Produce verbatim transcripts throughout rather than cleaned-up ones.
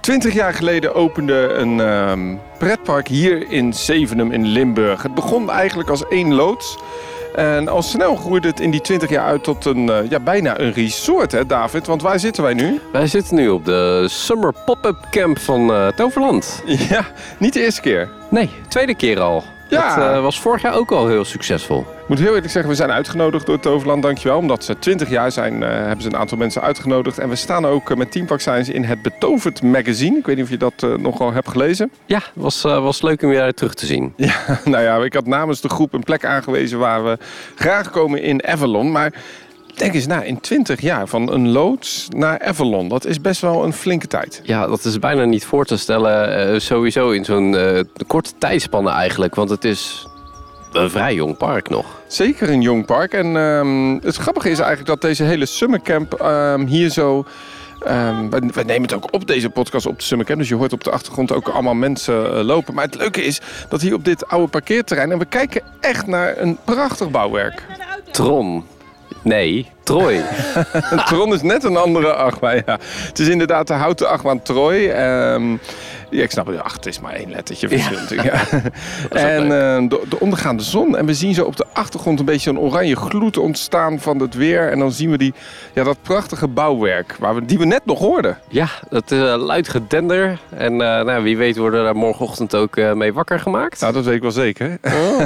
Twintig jaar geleden opende een um, pretpark hier in Zevenum in Limburg. Het begon eigenlijk als één loods. En al snel groeide het in die twintig jaar uit tot een, uh, ja, bijna een resort, hè David? Want waar zitten wij nu? Wij zitten nu op de Summer Pop-Up Camp van uh, Toverland. Ja, niet de eerste keer. Nee, tweede keer al. Ja. Dat uh, was vorig jaar ook al heel succesvol. Ik moet heel eerlijk zeggen, we zijn uitgenodigd door Toverland, dankjewel. Omdat ze twintig jaar zijn, uh, hebben ze een aantal mensen uitgenodigd. En we staan ook uh, met Team Park Science in het Betoverd magazine. Ik weet niet of je dat uh, nogal hebt gelezen. Ja, het was, uh, was leuk om weer terug te zien. Ja, nou ja, ik had namens de groep een plek aangewezen waar we graag komen in Avalon. Maar denk eens na, in twintig jaar van een loods naar Avalon. Dat is best wel een flinke tijd. Ja, dat is bijna niet voor te stellen. Uh, sowieso in zo'n uh, korte tijdspanne eigenlijk. Want het is een vrij jong park nog. Zeker een jong park. En um, het grappige is eigenlijk dat deze hele summercamp um, hier zo... Um, we, we nemen het ook op deze podcast op de summercamp. Dus je hoort op de achtergrond ook allemaal mensen uh, lopen. Maar het leuke is dat hier op dit oude parkeerterrein... en we kijken echt naar een prachtig bouwwerk. Tron. Nee, Troy. Tron is net een andere achtbaan, ja. Het is inderdaad de houten achtbaan Troy. Um, ja, ik snap het. Ach, het is maar één lettertje verschil natuurlijk. Ja. En uh, de, de ondergaande zon. En we zien zo op de achtergrond een beetje een oranje gloed ontstaan van het weer. En dan zien we die, ja, dat prachtige bouwwerk waar we, die we net nog hoorden. Ja, dat uh, luid gedender. En uh, nou, wie weet worden we daar morgenochtend ook uh, mee wakker gemaakt. Nou, dat weet ik wel zeker. Oh.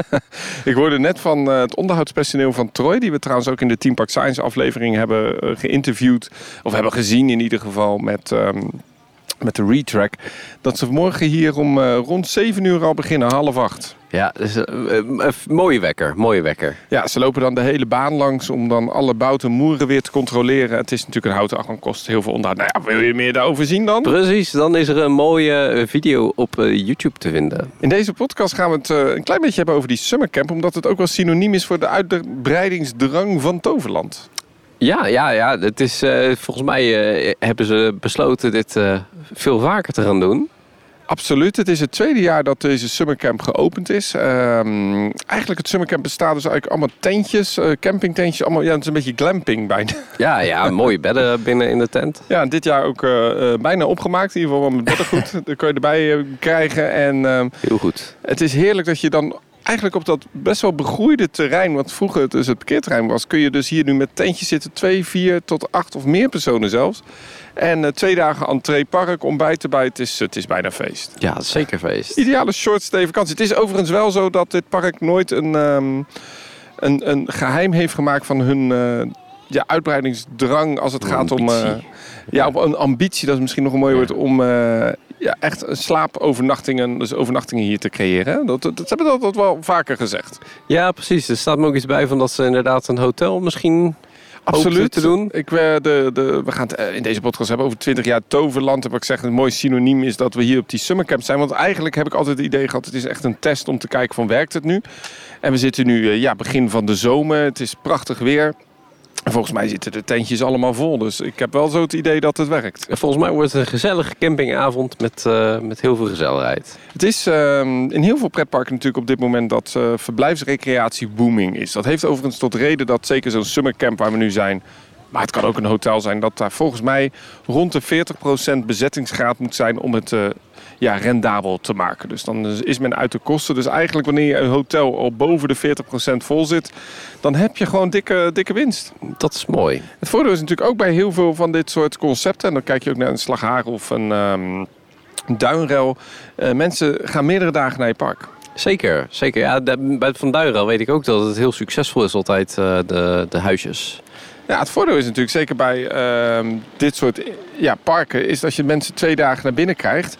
Ik hoorde net van uh, het onderhoudspersoneel van Troy, die we trouwens ook in de Team Park Science aflevering hebben uh, geïnterviewd. Of hebben gezien in ieder geval met... Um, met de retrack, dat ze morgen hier om uh, rond zeven uur al beginnen, half acht. Ja, dus, uh, uh, mooie wekker, mooie wekker. Ja, ze lopen dan de hele baan langs om dan alle bouten moeren weer te controleren. Het is natuurlijk een houten achtbaan, kost heel veel onderhoud. Nou ja, wil je meer daarover zien dan? Precies, dan is er een mooie video op uh, YouTube te vinden. In deze podcast gaan we het uh, een klein beetje hebben over die summercamp, omdat het ook wel synoniem is voor de uitbreidingsdrang van Toverland. Ja, ja, ja. Het is, uh, volgens mij uh, hebben ze besloten dit uh, veel vaker te gaan doen. Absoluut. Het is het tweede jaar dat deze summercamp geopend is. Um, eigenlijk het summercamp bestaat dus eigenlijk allemaal tentjes, uh, campingtentjes. Allemaal, ja, het is een beetje glamping bijna. Ja, ja, mooie bedden binnen in de tent. Ja, dit jaar ook uh, uh, bijna opgemaakt. In ieder geval met beddengoed. Dat kun je erbij uh, krijgen. En, um, Heel goed. Het is heerlijk dat je dan... Eigenlijk op dat best wel begroeide terrein, wat vroeger dus het parkeerterrein was, kun je dus hier nu met tentjes zitten, twee, vier tot acht of meer personen zelfs. En uh, twee dagen entree park, ontbijt erbij, het is, het is bijna feest. Ja, zeker feest. Ideale short stay vakantie. Het is overigens wel zo dat dit park nooit een, um, een, een geheim heeft gemaakt van hun uh, ja, uitbreidingsdrang als het een gaat ambitie. om... Uh, ja, op een ambitie, dat is misschien nog een mooi woord, om... Uh, Ja, echt slaapovernachtingen, dus overnachtingen hier te creëren. Dat, dat, dat hebben we altijd wel vaker gezegd. Ja, precies. Er staat me ook iets bij van dat ze inderdaad een hotel misschien absoluut te doen. Ik, de, de, we gaan het in deze podcast hebben over twintig jaar Toverland. Heb ik gezegd, een mooi synoniem is dat we hier op die summercamp zijn. Want eigenlijk heb ik altijd het idee gehad, het is echt een test om te kijken van werkt het nu. En we zitten nu ja, begin van de zomer. Het is prachtig weer. En volgens mij zitten de tentjes allemaal vol. Dus ik heb wel zo het idee dat het werkt. Volgens mij wordt het een gezellige campingavond met, uh, met heel veel gezelligheid. Het is uh, in heel veel pretparken natuurlijk op dit moment dat uh, verblijfsrecreatie booming is. Dat heeft overigens tot reden dat zeker zo'n summercamp waar we nu zijn... maar het kan ook een hotel zijn, dat daar volgens mij rond de veertig procent bezettingsgraad moet zijn om het... Uh, ja, rendabel te maken. Dus dan is men uit de kosten. Dus eigenlijk wanneer je een hotel al boven de veertig procent vol zit... dan heb je gewoon dikke, dikke winst. Dat is mooi. Het voordeel is natuurlijk ook bij heel veel van dit soort concepten... en dan kijk je ook naar een Slagharen of een, um, een Duinrel... Uh, mensen gaan meerdere dagen naar je park. Zeker, zeker. Ja, de, bij Van Duinrel weet ik ook dat het heel succesvol is altijd, uh, de, de huisjes. Ja, het voordeel is natuurlijk zeker bij uh, dit soort ja, parken... is dat je mensen twee dagen naar binnen krijgt...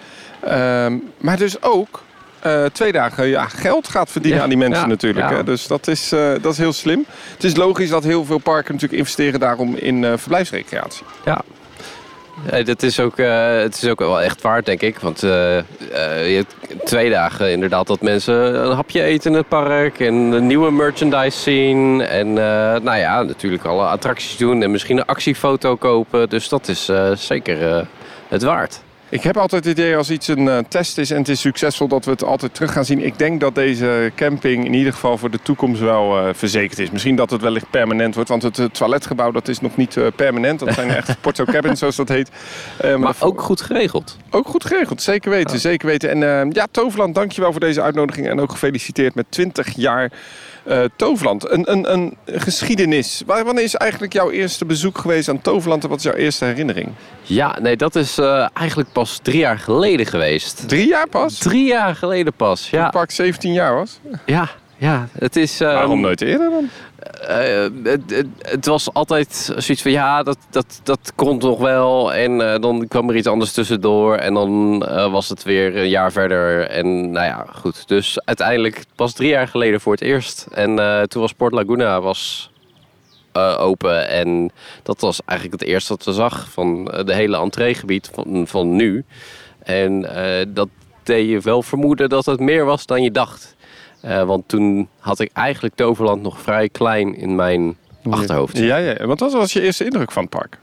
Um, maar dus ook uh, twee dagen ja, geld gaat verdienen ja, aan die mensen ja, natuurlijk. Ja. Hè? Dus dat is, uh, dat is heel slim. Het is logisch dat heel veel parken natuurlijk investeren daarom in uh, verblijfsrecreatie. Ja, ja dat is ook, uh, het is ook wel echt waard, denk ik. Want uh, uh, je hebt twee dagen inderdaad dat mensen een hapje eten in het park... en een nieuwe merchandise zien. En uh, nou ja, natuurlijk alle attracties doen en misschien een actiefoto kopen. Dus dat is uh, zeker uh, het waard. Ik heb altijd het idee als iets een uh, test is en het is succesvol dat we het altijd terug gaan zien. Ik denk dat deze camping in ieder geval voor de toekomst wel uh, verzekerd is. Misschien dat het wellicht permanent wordt, want het uh, toiletgebouw dat is nog niet uh, permanent. Dat zijn echt Porto Cabins zoals dat heet. Uh, maar maar ook goed geregeld. Ook goed geregeld, zeker weten, ja. zeker weten. En uh, ja, Toverland, dankjewel voor deze uitnodiging en ook gefeliciteerd met twintig jaar uh, Toverland. Een, een, een geschiedenis. Wanneer is eigenlijk jouw eerste bezoek geweest aan Toverland en wat is jouw eerste herinnering? Ja, nee, dat is uh, eigenlijk pas drie jaar geleden geweest. Drie jaar pas? Drie jaar geleden pas, ja. Toen Park zeventien jaar was? Ja, ja. Het is... Uh, Waarom nooit eerder dan? Uh, het, het, het was altijd zoiets van, ja, dat, dat, dat komt nog wel. En uh, dan kwam er iets anders tussendoor. En dan uh, was het weer een jaar verder. En nou ja, goed. Dus uiteindelijk pas drie jaar geleden voor het eerst. En uh, toen was Port Laguna was... Uh, open en dat was eigenlijk het eerste wat we zag van uh, de hele entreegebied van, van nu. En uh, dat deed je wel vermoeden dat het meer was dan je dacht. Uh, want toen had ik eigenlijk Toverland nog vrij klein in mijn achterhoofd. Ja, ja. Wat was je eerste indruk van het park?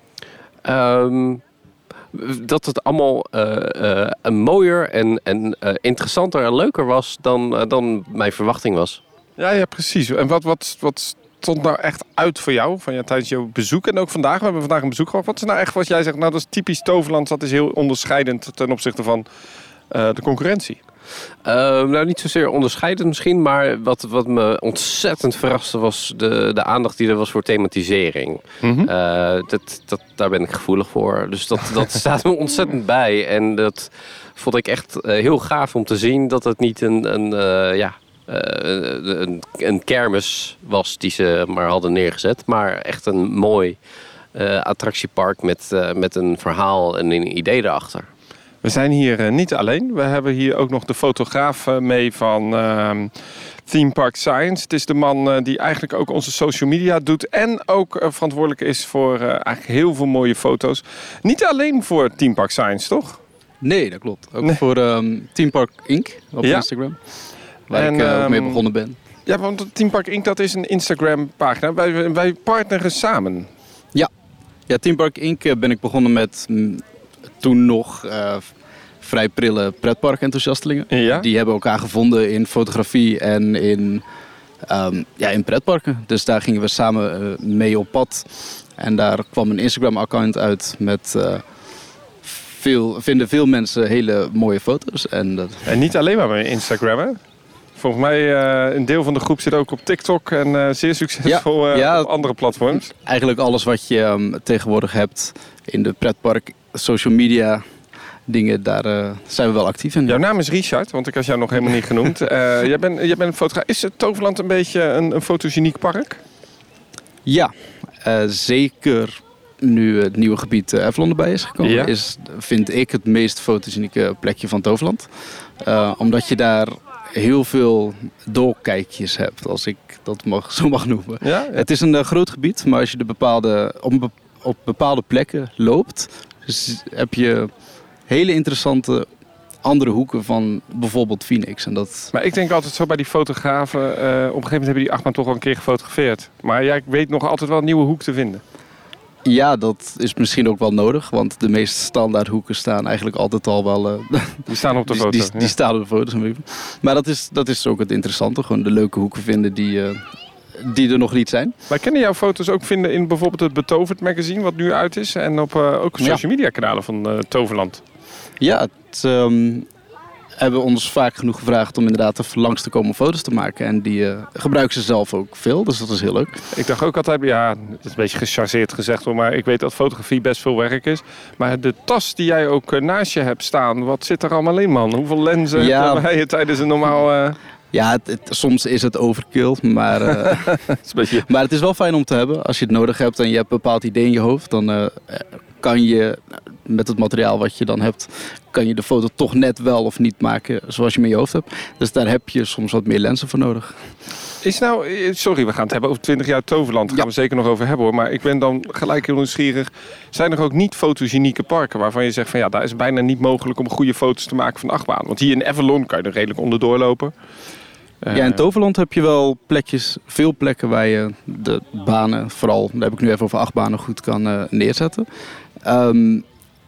Um, dat het allemaal uh, uh, mooier en, en uh, interessanter en leuker was dan, uh, dan mijn verwachting was. Ja, ja, precies. En wat... wat, wat... stond nou echt uit voor jou van ja, tijdens jouw bezoek en ook vandaag? We hebben vandaag een bezoek gehad. Wat is nou echt wat jij zegt? Nou, dat is typisch Toverland. Dat is heel onderscheidend ten opzichte van uh, de concurrentie. Uh, nou, niet zozeer onderscheidend misschien, maar wat, wat me ontzettend verraste was de, de aandacht die er was voor thematisering. Mm-hmm. Uh, dat, dat, daar ben ik gevoelig voor. Dus dat, dat staat me ontzettend bij. En dat vond ik echt uh, heel gaaf om te zien dat het niet een... een uh, ja, Uh, een, een kermis was die ze maar hadden neergezet. Maar echt een mooi uh, attractiepark met, uh, met een verhaal en een idee erachter. We zijn hier uh, niet alleen. We hebben hier ook nog de fotograaf uh, mee van uh, Theme Park Science. Het is de man uh, die eigenlijk ook onze social media doet. En ook uh, verantwoordelijk is voor uh, eigenlijk heel veel mooie foto's. Niet alleen voor Theme Park Science, toch? Nee, dat klopt. Ook nee. voor um, Theme Park Incorporated op ja. Instagram. Waar en, ik uh, ook mee begonnen ben. Ja, want Theme Park Incorporated, dat is een Instagram pagina. Wij, wij partneren samen. Ja. ja, Theme Park Incorporated ben ik begonnen met m, toen nog uh, vrij prille pretpark-enthousiastelingen. Ja? Die hebben elkaar gevonden in fotografie en in, um, ja, in pretparken. Dus daar gingen we samen uh, mee op pad. En daar kwam een Instagram-account uit met... Uh, veel, vinden veel mensen hele mooie foto's. En, dat... en niet alleen maar met Instagram, hè? Volgens mij, uh, een deel van de groep zit ook op TikTok en uh, zeer succesvol ja, uh, ja, op andere platforms. Eigenlijk alles wat je um, tegenwoordig hebt in de pretpark, social media dingen, daar uh, zijn we wel actief in. Jouw naam is Richard, want ik had jou nog helemaal niet genoemd. Uh, jij bent, jij bent een fotograaf. Is het Toverland een beetje een, een fotogeniek park? Ja, uh, zeker nu het nieuwe gebied uh, Avalon erbij is gekomen. Ja. Is, vind ik, het meest fotogenieke plekje van Toverland. Uh, omdat je daar heel veel doorkijkjes hebt, als ik dat mag, zo mag noemen. Ja, ja. Het is een uh, groot gebied, maar als je de bepaalde, op, be, op bepaalde plekken loopt, dus heb je hele interessante andere hoeken van bijvoorbeeld Phoenix. En dat... Maar ik denk altijd zo bij die fotografen, uh, op een gegeven moment hebben die achtbaan toch al een keer gefotografeerd. Maar jij weet nog altijd wel een nieuwe hoek te vinden. Ja, dat is misschien ook wel nodig, want de meest standaard hoeken staan eigenlijk altijd al wel... Uh, die staan op de foto. Die, die, die ja. staan op de foto's. Maar dat is, dat is ook het interessante, gewoon de leuke hoeken vinden die, uh, die er nog niet zijn. Maar kunnen jouw foto's ook vinden in bijvoorbeeld het Betoverd magazine, wat nu uit is, en op uh, ook social media kanalen van uh, Toverland? Ja, het... Um, hebben ons vaak genoeg gevraagd om inderdaad even langs te komen om foto's te maken. En die uh, gebruiken ze zelf ook veel, dus dat is heel leuk. Ik dacht ook altijd, ja, het is een beetje gechargeerd gezegd hoor, maar ik weet dat fotografie best veel werk is. Maar de tas die jij ook naast je hebt staan, wat zit er allemaal in, man? Hoeveel lenzen ja. hebben wij tijdens een normaal... Uh... Ja, het, het, soms is het overkill, maar, uh, het is beetje... maar het is wel fijn om te hebben. Als je het nodig hebt en je hebt een bepaald idee in je hoofd, dan uh, kan je met het materiaal wat je dan hebt, kan je de foto toch net wel of niet maken zoals je hem in je hoofd hebt. Dus daar heb je soms wat meer lenzen voor nodig. Is nou, sorry, we gaan het hebben over twintig jaar Toverland. Daar gaan ja. we zeker nog over hebben hoor. Maar ik ben dan gelijk heel nieuwsgierig. Zijn er ook niet fotogenieke parken waarvan je zegt van ja, daar is bijna niet mogelijk om goede foto's te maken van de achtbaan? Want hier in Avalon kan je er redelijk onderdoor lopen. Ja, in Toverland heb je wel plekjes, veel plekken waar je de banen, vooral, daar heb ik nu even over achtbanen, goed kan uh, neerzetten. Um,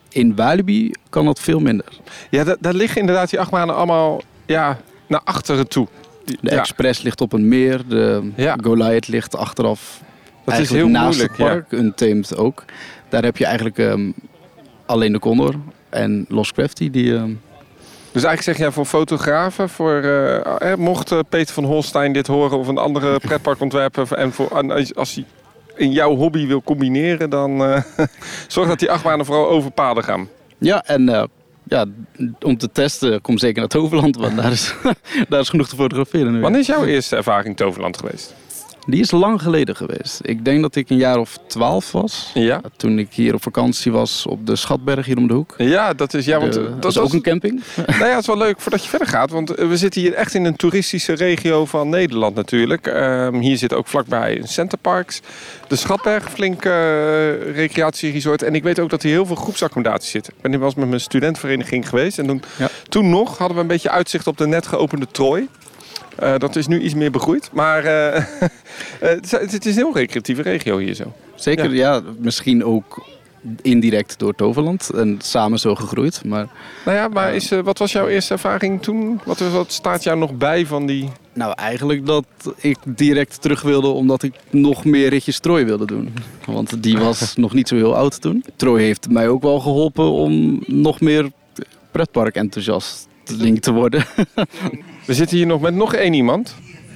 in Walibi kan dat veel minder. Ja, da- daar liggen inderdaad die achtbanen allemaal ja, naar achteren toe. Die, De ja. Express ligt op een meer. De Ja. Goliath ligt achteraf. Dat is eigenlijk heel naast moeilijk. het park. Untamed ook. Daar heb je eigenlijk um, alleen de Condor en Lost Crafty. Die, um... Dus eigenlijk zeg jij voor fotografen, voor, uh, eh, mocht uh, Peter van Holstein dit horen of een andere pretparkontwerper en voor, en als hij in jouw hobby wil combineren, dan uh, zorg dat die achtbanen vooral over paden gaan. Ja, en uh, ja, om te testen kom zeker naar Toverland, want daar is, daar is genoeg te fotograferen nu. Wanneer is jouw eerste ervaring Toverland geweest? Die is lang geleden geweest. Ik denk dat ik een jaar of twaalf was. Ja. Toen ik hier op vakantie was op de Schatberg hier om de hoek. Ja, dat is, ja, want, de, dat, dat is was ook een camping. Nou ja, het is wel leuk voordat je verder gaat. Want we zitten hier echt in een toeristische regio van Nederland natuurlijk. Um, hier zit ook vlakbij een Centerparks. De Schatberg, flink uh, recreatieresort. En ik weet ook dat hier heel veel groepsaccommodaties zitten. Ik ben hier wel eens met mijn studentenvereniging geweest. En toen, ja. toen nog hadden we een beetje uitzicht op de net geopende Trooi. Uh, dat is nu iets meer begroeid. Maar uh, uh, het is een heel recreatieve regio hier zo. Zeker, ja. ja. Misschien ook indirect door Toverland. En samen zo gegroeid. Maar, nou ja, maar is, uh, wat was jouw eerste ervaring toen? Wat, wat staat jou nog bij van die... Nou, eigenlijk dat ik direct terug wilde omdat ik nog meer ritjes Trooi wilde doen. Want die was nog niet zo heel oud toen. Trooi heeft mij ook wel geholpen om nog meer pretpark enthousiast te worden. We zitten hier nog met nog één iemand.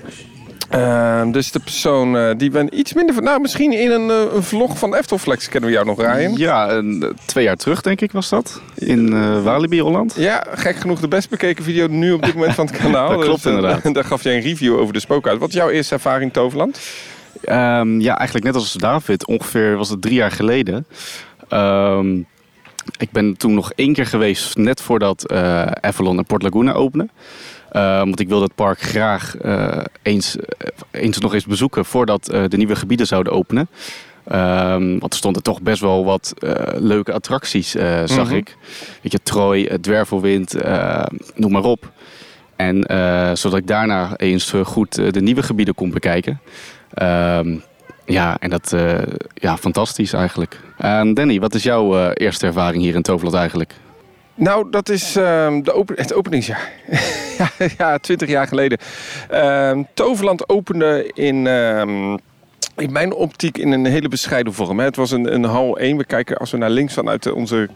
Uh, dus de persoon uh, die we iets minder... Nou, misschien in een, uh, een vlog van Eftelflex kennen we jou nog, Ryan. Ja, een, twee jaar terug denk ik was dat. In uh, Walibi Holland. Ja, gek genoeg de best bekeken video nu op dit moment van het kanaal. Dat klopt dus, uh, inderdaad. Daar gaf jij een review over de spook uit. Wat is jouw eerste ervaring Toverland? Um, ja, eigenlijk net als David. Ongeveer was het drie jaar geleden. Um, ik ben toen nog één keer geweest, net voordat uh, Avalon en Port Laguna openen. Uh, want ik wilde het park graag uh, eens, uh, eens nog eens bezoeken voordat uh, de nieuwe gebieden zouden openen. Um, want er stonden toch best wel wat uh, leuke attracties, uh, zag mm-hmm. ik. Weet je, Troy, uh, Dwervelwind, uh, noem maar op. En uh, zodat ik daarna eens uh, goed uh, de nieuwe gebieden kon bekijken. Um, ja, en dat, uh, ja, fantastisch eigenlijk. Uh, Danny, wat is jouw uh, eerste ervaring hier in Toverland eigenlijk? Nou, dat is uh, de open, het openingsjaar. ja, ja, twintig jaar geleden. Uh, Toverland opende in, uh, in mijn optiek in een hele bescheiden vorm. Hè. Het was een, een hal één. We kijken, als we naar links vanuit onze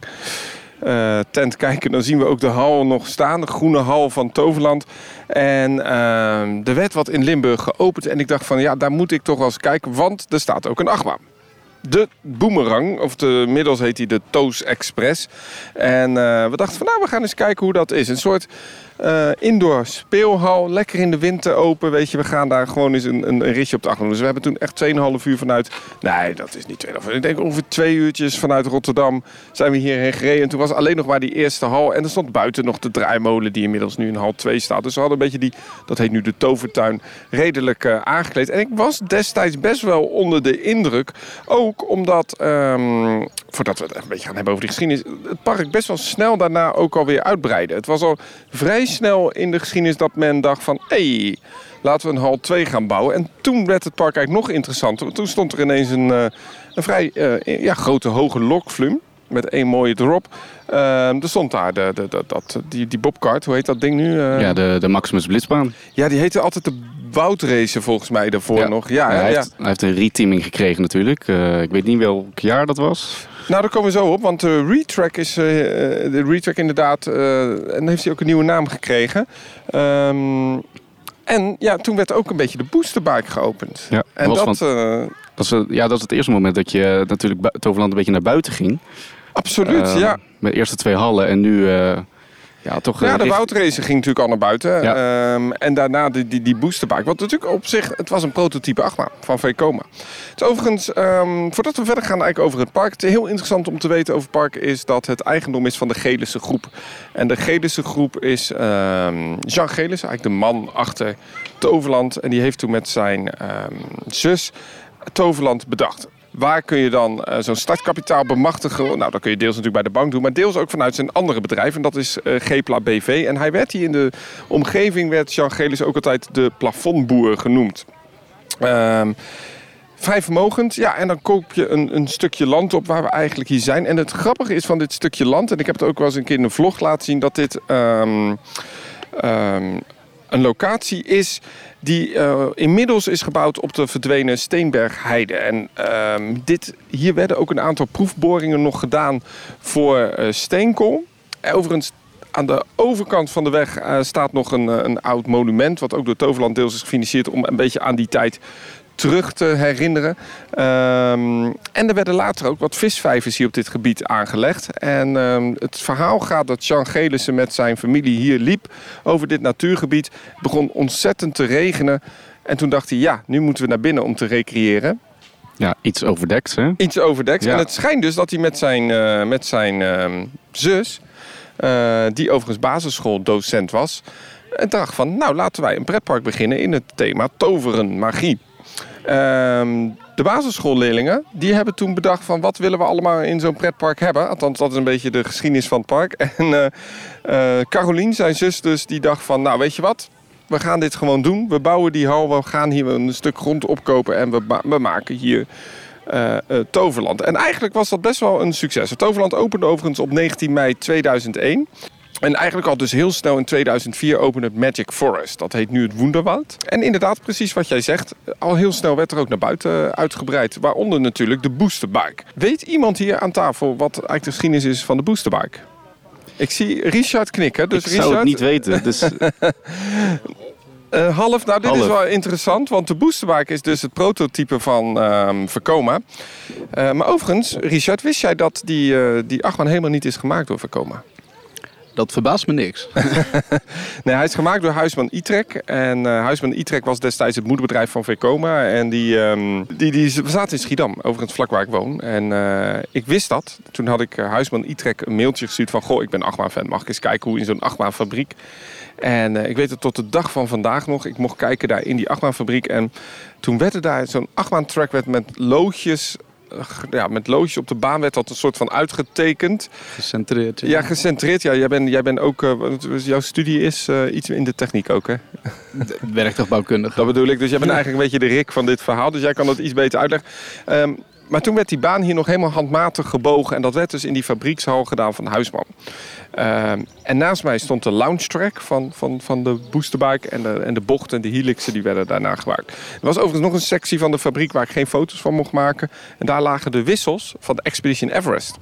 uh, tent kijken, dan zien we ook de hal nog staan. De groene hal van Toverland. En uh, er werd wat in Limburg geopend. En ik dacht van, ja, daar moet ik toch wel eens kijken. Want er staat ook een achtbaan. De Boomerang, of de, inmiddels heet hij de Toos Express. En uh, we dachten van nou, we gaan eens kijken hoe dat is. Een soort uh, indoor speelhal, lekker in de winter open. Weet je, we gaan daar gewoon eens een, een, een ritje op de achtergrond. Dus we hebben toen echt twee komma vijf uur vanuit... Nee, dat is niet twee komma vijf uur. Ik denk ongeveer twee uurtjes vanuit Rotterdam zijn we hierheen gereden. En toen was alleen nog maar die eerste hal. En er stond buiten nog de draaimolen die inmiddels nu in hal twee staat. Dus we hadden een beetje die, dat heet nu de Tovertuin, redelijk uh, aangekleed. En ik was destijds best wel onder de indruk. Ook omdat, um, voordat we het een beetje gaan hebben over die geschiedenis, het park best wel snel daarna ook alweer uitbreidde. Het was al vrij snel in de geschiedenis dat men dacht van, hé, hey, laten we een hal twee gaan bouwen. En toen werd het park eigenlijk nog interessanter. Want toen stond er ineens een, uh, een vrij uh, ja, grote hoge lokvloem met één mooie drop. Uh, er stond daar de, de, de, dat, die, die bobkart, hoe heet dat ding nu? Uh, ja, de, de Maximus Blitzbaan. Ja, die heette altijd de Woudrace volgens mij daarvoor ja. nog. Ja, ja, hij, ja. heeft, hij heeft een reteaming gekregen natuurlijk. Uh, ik weet niet welk jaar dat was. Nou, daar komen we zo op, want de Retrack is uh, de Retrack inderdaad, uh, en dan heeft hij ook een nieuwe naam gekregen. Um, en ja, toen werd ook een beetje de boosterbike geopend. Ja, en dat, van, uh, dat, is, ja, dat is het eerste moment dat je natuurlijk Toverland een beetje naar buiten ging. Absoluut, uh, ja. Met de eerste twee hallen en nu... Uh, Ja, toch, ja, de richt... Woudrace ging natuurlijk al naar buiten. Ja. Um, en daarna die, die, die boosterbike. Want natuurlijk op zich, het was een prototype achtbaan van Vekoma. Dus overigens, um, voordat we verder gaan eigenlijk over het park. Het is heel interessant om te weten over het park is dat het eigendom is van de Gelissen groep. En de Gelissen groep is um, Jean Gelissen, eigenlijk de man achter Toverland. En die heeft toen met zijn um, zus Toverland bedacht. Waar kun je dan uh, zo'n startkapitaal bemachtigen? Nou, dat kun je deels natuurlijk bij de bank doen, maar deels ook vanuit zijn andere bedrijf. En dat is uh, Gepla B V. En hij werd hier in de omgeving, werd Jean Gelissen ook altijd de plafondboer genoemd. Um, Vrij vermogend, ja, en dan koop je een, een stukje land op waar we eigenlijk hier zijn. En het grappige is van dit stukje land, en ik heb het ook wel eens een keer in een vlog laten zien, dat dit um, um, een locatie is die uh, inmiddels is gebouwd op de verdwenen Steenbergheide. En um, dit, hier werden ook een aantal proefboringen nog gedaan voor uh, steenkool. Overigens, aan de overkant van de weg uh, staat nog een, een oud monument, wat ook door Toverland deels is gefinancierd om een beetje aan die tijd terug te herinneren. Um, en er werden later ook wat visvijvers hier op dit gebied aangelegd. En um, het verhaal gaat dat Jean Gelissen met zijn familie hier liep over dit natuurgebied. Het begon ontzettend te regenen. En toen dacht hij, ja, nu moeten we naar binnen om te recreëren. Ja, iets overdekt, hè? Iets overdekt. Ja. En het schijnt dus dat hij met zijn, uh, met zijn uh, zus, uh, die overigens basisschooldocent was, en dacht van, nou, laten wij een pretpark beginnen in het thema toveren, magie. Um, de basisschoolleerlingen die hebben toen bedacht van wat willen we allemaal in zo'n pretpark hebben. Althans, dat is een beetje de geschiedenis van het park. En uh, uh, Carolien, zijn zus dus, die dacht van nou weet je wat, we gaan dit gewoon doen. We bouwen die hal, we gaan hier een stuk grond opkopen en we, ma- we maken hier uh, uh, Toverland. En eigenlijk was dat best wel een succes. Het Toverland opende overigens op negentien mei tweeduizend één. En eigenlijk al dus heel snel in tweeduizend vier opende het Magic Forest. Dat heet nu het Wunderwald. En inderdaad, precies wat jij zegt, al heel snel werd er ook naar buiten uitgebreid. Waaronder natuurlijk de boosterbike. Weet iemand hier aan tafel wat eigenlijk de geschiedenis is van de boosterbike? Ik zie Richard knikken. Dus ik zou Richard, het niet weten. Dus... Uh, half, nou dit half. is wel interessant, want de boosterbike is dus het prototype van uh, Vekoma. Uh, maar overigens, Richard, wist jij dat die, uh, die achtbaan helemaal niet is gemaakt door Vekoma? Dat verbaast me niks. Nee, hij is gemaakt door Huisman E-Trek. En uh, Huisman E-Trek was destijds het moederbedrijf van Vekoma. En die, um, die, die zaten in Schiedam, overigens vlak waar ik woon. En uh, ik wist dat. Toen had ik uh, Huisman E-Trek een mailtje gestuurd van... Goh, ik ben achtbaan-fan, mag ik eens kijken hoe in zo'n achtbaanfabriek... En uh, ik weet het tot de dag van vandaag nog. Ik mocht kijken daar in die achtbaanfabriek. En toen werd er daar zo'n achtbaantrack werd met loodjes... Ja, met loodjes op de baan werd dat een soort van uitgetekend. Gecentreerd. Ja, ja gecentreerd. Ja, jij bent, jij bent ook, uh, jouw studie is uh, iets in de techniek ook, hè? Werktuigbouwkundige. Dat bedoel ik. Dus jij bent eigenlijk een beetje de Rick van dit verhaal. Dus jij kan dat iets beter uitleggen. Um, maar toen werd die baan hier nog helemaal handmatig gebogen. En dat werd dus in die fabriekshal gedaan van Huisman. Um, en naast mij stond de launch track van, van, van de boosterbike. En de, en de bochten en de helixen die werden daarna gebruikt. Er was overigens nog een sectie van de fabriek waar ik geen foto's van mocht maken. En daar lagen de wissels van de Expedition Everest.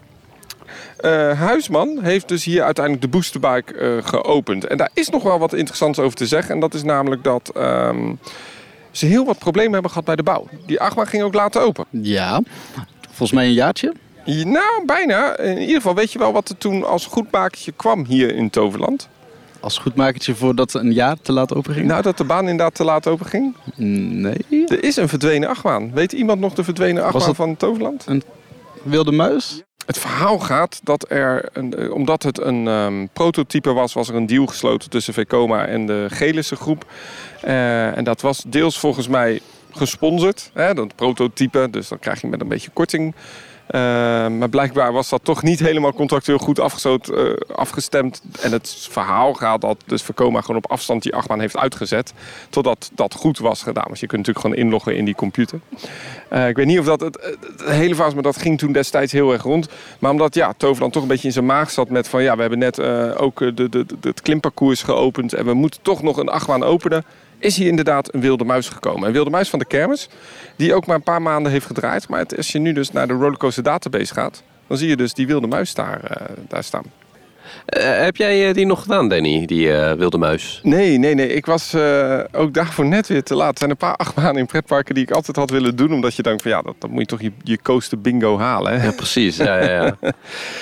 Uh, Huisman heeft dus hier uiteindelijk de boosterbike uh, geopend. En daar is nog wel wat interessants over te zeggen. En dat is namelijk dat... Um, ze heel wat problemen hebben gehad bij de bouw. Die achtbaan ging ook later open. Ja, volgens mij een jaartje. Nou, bijna. In ieder geval weet je wel wat er toen als goedmakertje kwam hier in Toverland? Als goedmakertje voordat een jaar te laat open ging? Nou, dat de baan inderdaad te laat open ging? Nee. Er is een verdwenen achtbaan. Weet iemand nog de verdwenen achtbaan van Toverland? Een wilde muis? Het verhaal gaat dat er, een, omdat het een um, prototype was, was er een deal gesloten tussen Vekoma en de Gelissen groep. Uh, en dat was deels volgens mij gesponsord, hè, dat prototype, dus dan krijg je met een beetje korting. Uh, maar blijkbaar was dat toch niet helemaal contractueel goed afgesloten, uh, afgestemd. En het verhaal gaat dat dus Vekoma gewoon op afstand die achtbaan heeft uitgezet. Totdat dat goed was gedaan. Want je kunt natuurlijk gewoon inloggen in die computer. Uh, ik weet niet of dat het, het, het hele verhaal is, maar dat ging toen destijds heel erg rond. Maar omdat ja, Toverland toch een beetje in zijn maag zat met van ja, we hebben net uh, ook de, de, de, het klimparcours geopend. En we moeten toch nog een achtbaan openen. Is hier inderdaad een wilde muis gekomen. Een wilde muis van de kermis, die ook maar een paar maanden heeft gedraaid. Maar het, als je nu dus naar de Rollercoaster Database gaat, dan zie je dus die wilde muis daar, uh, daar staan. Uh, heb jij uh, die nog gedaan, Danny, die uh, wilde muis? Nee, nee, nee. Ik was uh, ook daarvoor net weer te laat. Er zijn een paar achtbanen in pretparken die ik altijd had willen doen. Omdat je denkt van ja, dat, dan moet je toch je, je coaster bingo halen. Hè? Ja, precies. Ja, ja, ja.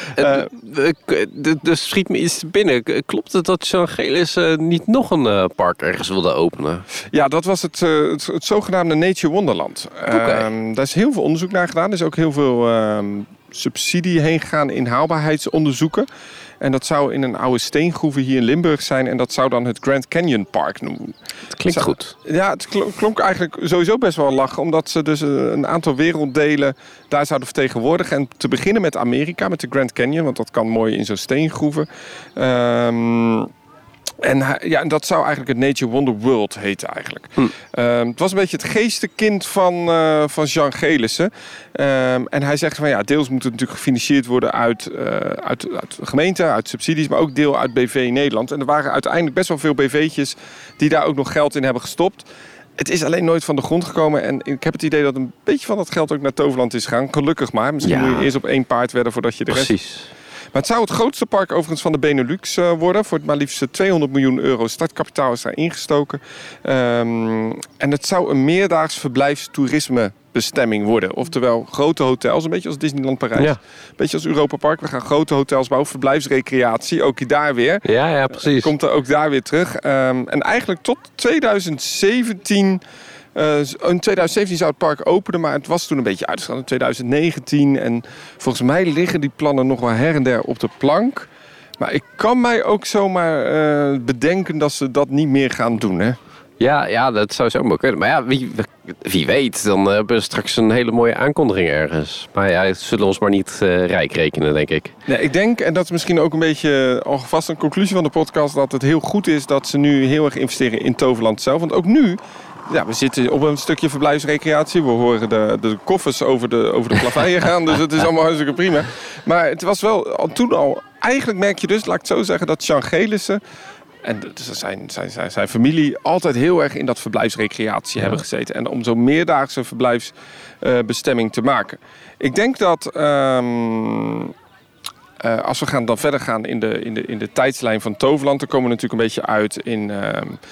uh, dus schiet me iets binnen. Klopt het dat Jean Gelissen uh, niet nog een uh, park ergens wilde openen? Ja, dat was het, uh, het, het zogenaamde Nature Wonderland. Okay. Uh, daar is heel veel onderzoek naar gedaan. Er is ook heel veel uh, subsidie heen gegaan in haalbaarheidsonderzoeken. En dat zou in een oude steengroeve hier in Limburg zijn. En dat zou dan het Grand Canyon Park noemen. Het klinkt zou, goed. Ja, het klonk eigenlijk sowieso best wel lachen. Omdat ze dus een aantal werelddelen daar zouden vertegenwoordigen. En te beginnen met Amerika, met de Grand Canyon. Want dat kan mooi in zo'n steengroeven. Um, En hij, ja, en dat zou eigenlijk het Nature Wonder World heten eigenlijk. Hm. Um, het was een beetje het geestenkind van, uh, van Jean Gelissen. Um, en hij zegt van ja, deels moet het natuurlijk gefinancierd worden uit, uh, uit, uit de gemeente, uit subsidies, maar ook deel uit B V Nederland. En er waren uiteindelijk best wel veel B V'tjes die daar ook nog geld in hebben gestopt. Het is alleen nooit van de grond gekomen. En ik heb het idee dat een beetje van dat geld ook naar Toverland is gegaan. Gelukkig maar. Misschien ja. moet je eerst op één paard wedden voordat je de rest... Precies. Maar het zou het grootste park overigens van de Benelux uh, worden. Voor het maar liefst tweehonderd miljoen euro startkapitaal is daar ingestoken. Um, en het zou een meerdaags verblijfstoerismebestemming worden. Oftewel grote hotels, een beetje als Disneyland Parijs. Ja. Een beetje als Europa Park. We gaan grote hotels bouwen, verblijfsrecreatie. Ook daar weer. Ja, ja, precies. Komt er ook daar weer terug. Um, en eigenlijk tot twintig zeventien... Uh, in twintig zeventien zou het park openen, maar het was toen een beetje uitgesteld in twintig negentien. En volgens mij liggen die plannen nog wel her en der op de plank. Maar ik kan mij ook zomaar uh, bedenken dat ze dat niet meer gaan doen, hè? Ja, ja, dat zou zomaar kunnen. Maar ja, wie, wie weet, dan hebben we straks een hele mooie aankondiging ergens. Maar ja, het zullen ons maar niet uh, rijk rekenen, denk ik. Nee, ik denk, en dat is misschien ook een beetje alvast een conclusie van de podcast, dat het heel goed is dat ze nu heel erg investeren in Toverland zelf. Want ook nu... Ja, we zitten op een stukje verblijfsrecreatie. We horen de, de koffers over de, over de plaveien gaan. Dus het is allemaal hartstikke prima. Maar het was wel al toen al... Eigenlijk merk je dus, laat ik het zo zeggen, dat Jean Gelissen... en dus zijn, zijn, zijn, zijn familie altijd heel erg in dat verblijfsrecreatie ja. hebben gezeten. En om zo'n meerdaagse verblijfsbestemming uh, te maken. Ik denk dat... Um, Uh, als we gaan dan verder gaan in de, in, de, in de tijdslijn van Toverland... dan komen we natuurlijk een beetje uit in, uh,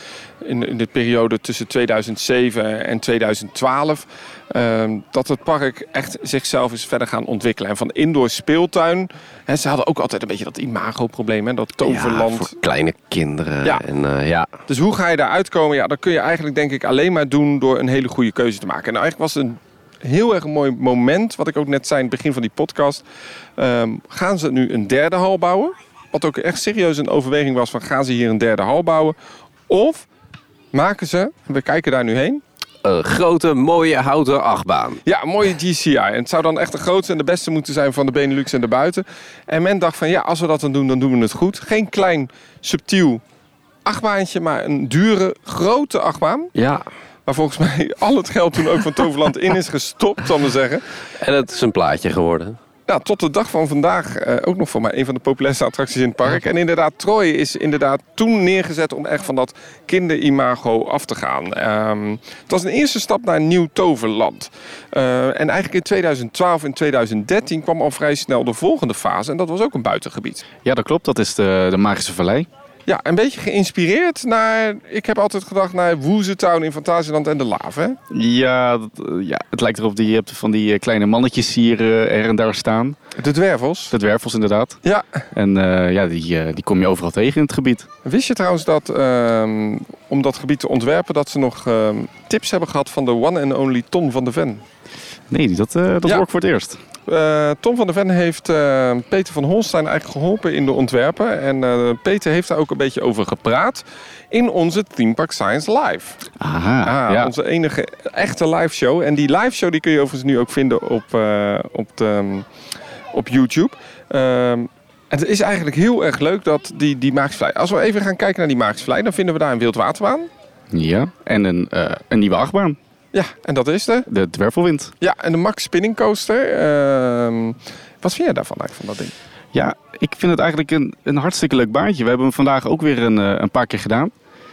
in, in de periode tussen tweeduizend zeven en tweeduizend twaalf... Uh, dat het park echt zichzelf is verder gaan ontwikkelen. En van indoor speeltuin... Hè, ze hadden ook altijd een beetje dat imago-probleem, hè, dat Toverland... Ja, voor kleine kinderen. Ja. En, uh, ja. Dus hoe ga je daar uitkomen? Ja, dat kun je eigenlijk denk ik alleen maar doen door een hele goede keuze te maken. En nou, eigenlijk was het een... heel erg mooi moment, wat ik ook net zei in het begin van die podcast. Um, gaan ze nu een derde hal bouwen? Wat ook echt serieus een overweging was van gaan ze hier een derde hal bouwen? Of maken ze, we kijken daar nu heen... Een grote, mooie houten achtbaan. Ja, een mooie G C I. En het zou dan echt de grootste en de beste moeten zijn van de Benelux en de buiten. En men dacht van ja, als we dat dan doen, dan doen we het goed. Geen klein, subtiel achtbaantje, maar een dure, grote achtbaan. Ja. Waar volgens mij al het geld toen ook van Toverland in is gestopt, zal ik maar zeggen. En het is een plaatje geworden. Ja, tot de dag van vandaag uh, ook nog voor mij een van de populairste attracties in het park. En inderdaad, Troy is inderdaad toen neergezet om echt van dat kinderimago af te gaan. Um, het was een eerste stap naar een nieuw Toverland. Uh, en eigenlijk in tweeduizend twaalf en tweeduizend dertien kwam al vrij snel de volgende fase. En dat was ook een buitengebied. Ja, dat klopt. Dat is de, de Magische Vallei. Ja, een beetje geïnspireerd naar, ik heb altijd gedacht naar Woozy Town in Fantasieland en de Laaf, hè? Ja, dat, ja, het lijkt erop dat je hebt van die kleine mannetjes hier uh, er en daar staan. De dwervels. De dwervels, inderdaad. Ja. En uh, ja, die, uh, die kom je overal tegen in het gebied. Wist je trouwens dat, um, om dat gebied te ontwerpen, dat ze nog um, tips hebben gehad van de one and only Ton van de Ven? Nee, dat, uh, dat ja. hoor ik voor het eerst. Uh, Tom van der Ven heeft uh, Peter van Holstein eigenlijk geholpen in de ontwerpen. En uh, Peter heeft daar ook een beetje over gepraat in onze Theme Park Science Live. Aha, ah, ja. Onze enige echte live show. En die live show die kun je overigens nu ook vinden op, uh, op, de, um, op YouTube. Um, en het is eigenlijk heel erg leuk dat die, die Magische Vallei... Als we even gaan kijken naar die Magische Vallei, dan vinden we daar een wildwaterbaan. Ja, en een, uh, een nieuwe achtbaan. Ja, en dat is de? De Dwervelwind. Ja, en de Max Spinning Coaster. Uh, wat vind jij daarvan eigenlijk, van dat ding? Ja, ik vind het eigenlijk een, een hartstikke leuk baantje. We hebben hem vandaag ook weer een, een paar keer gedaan.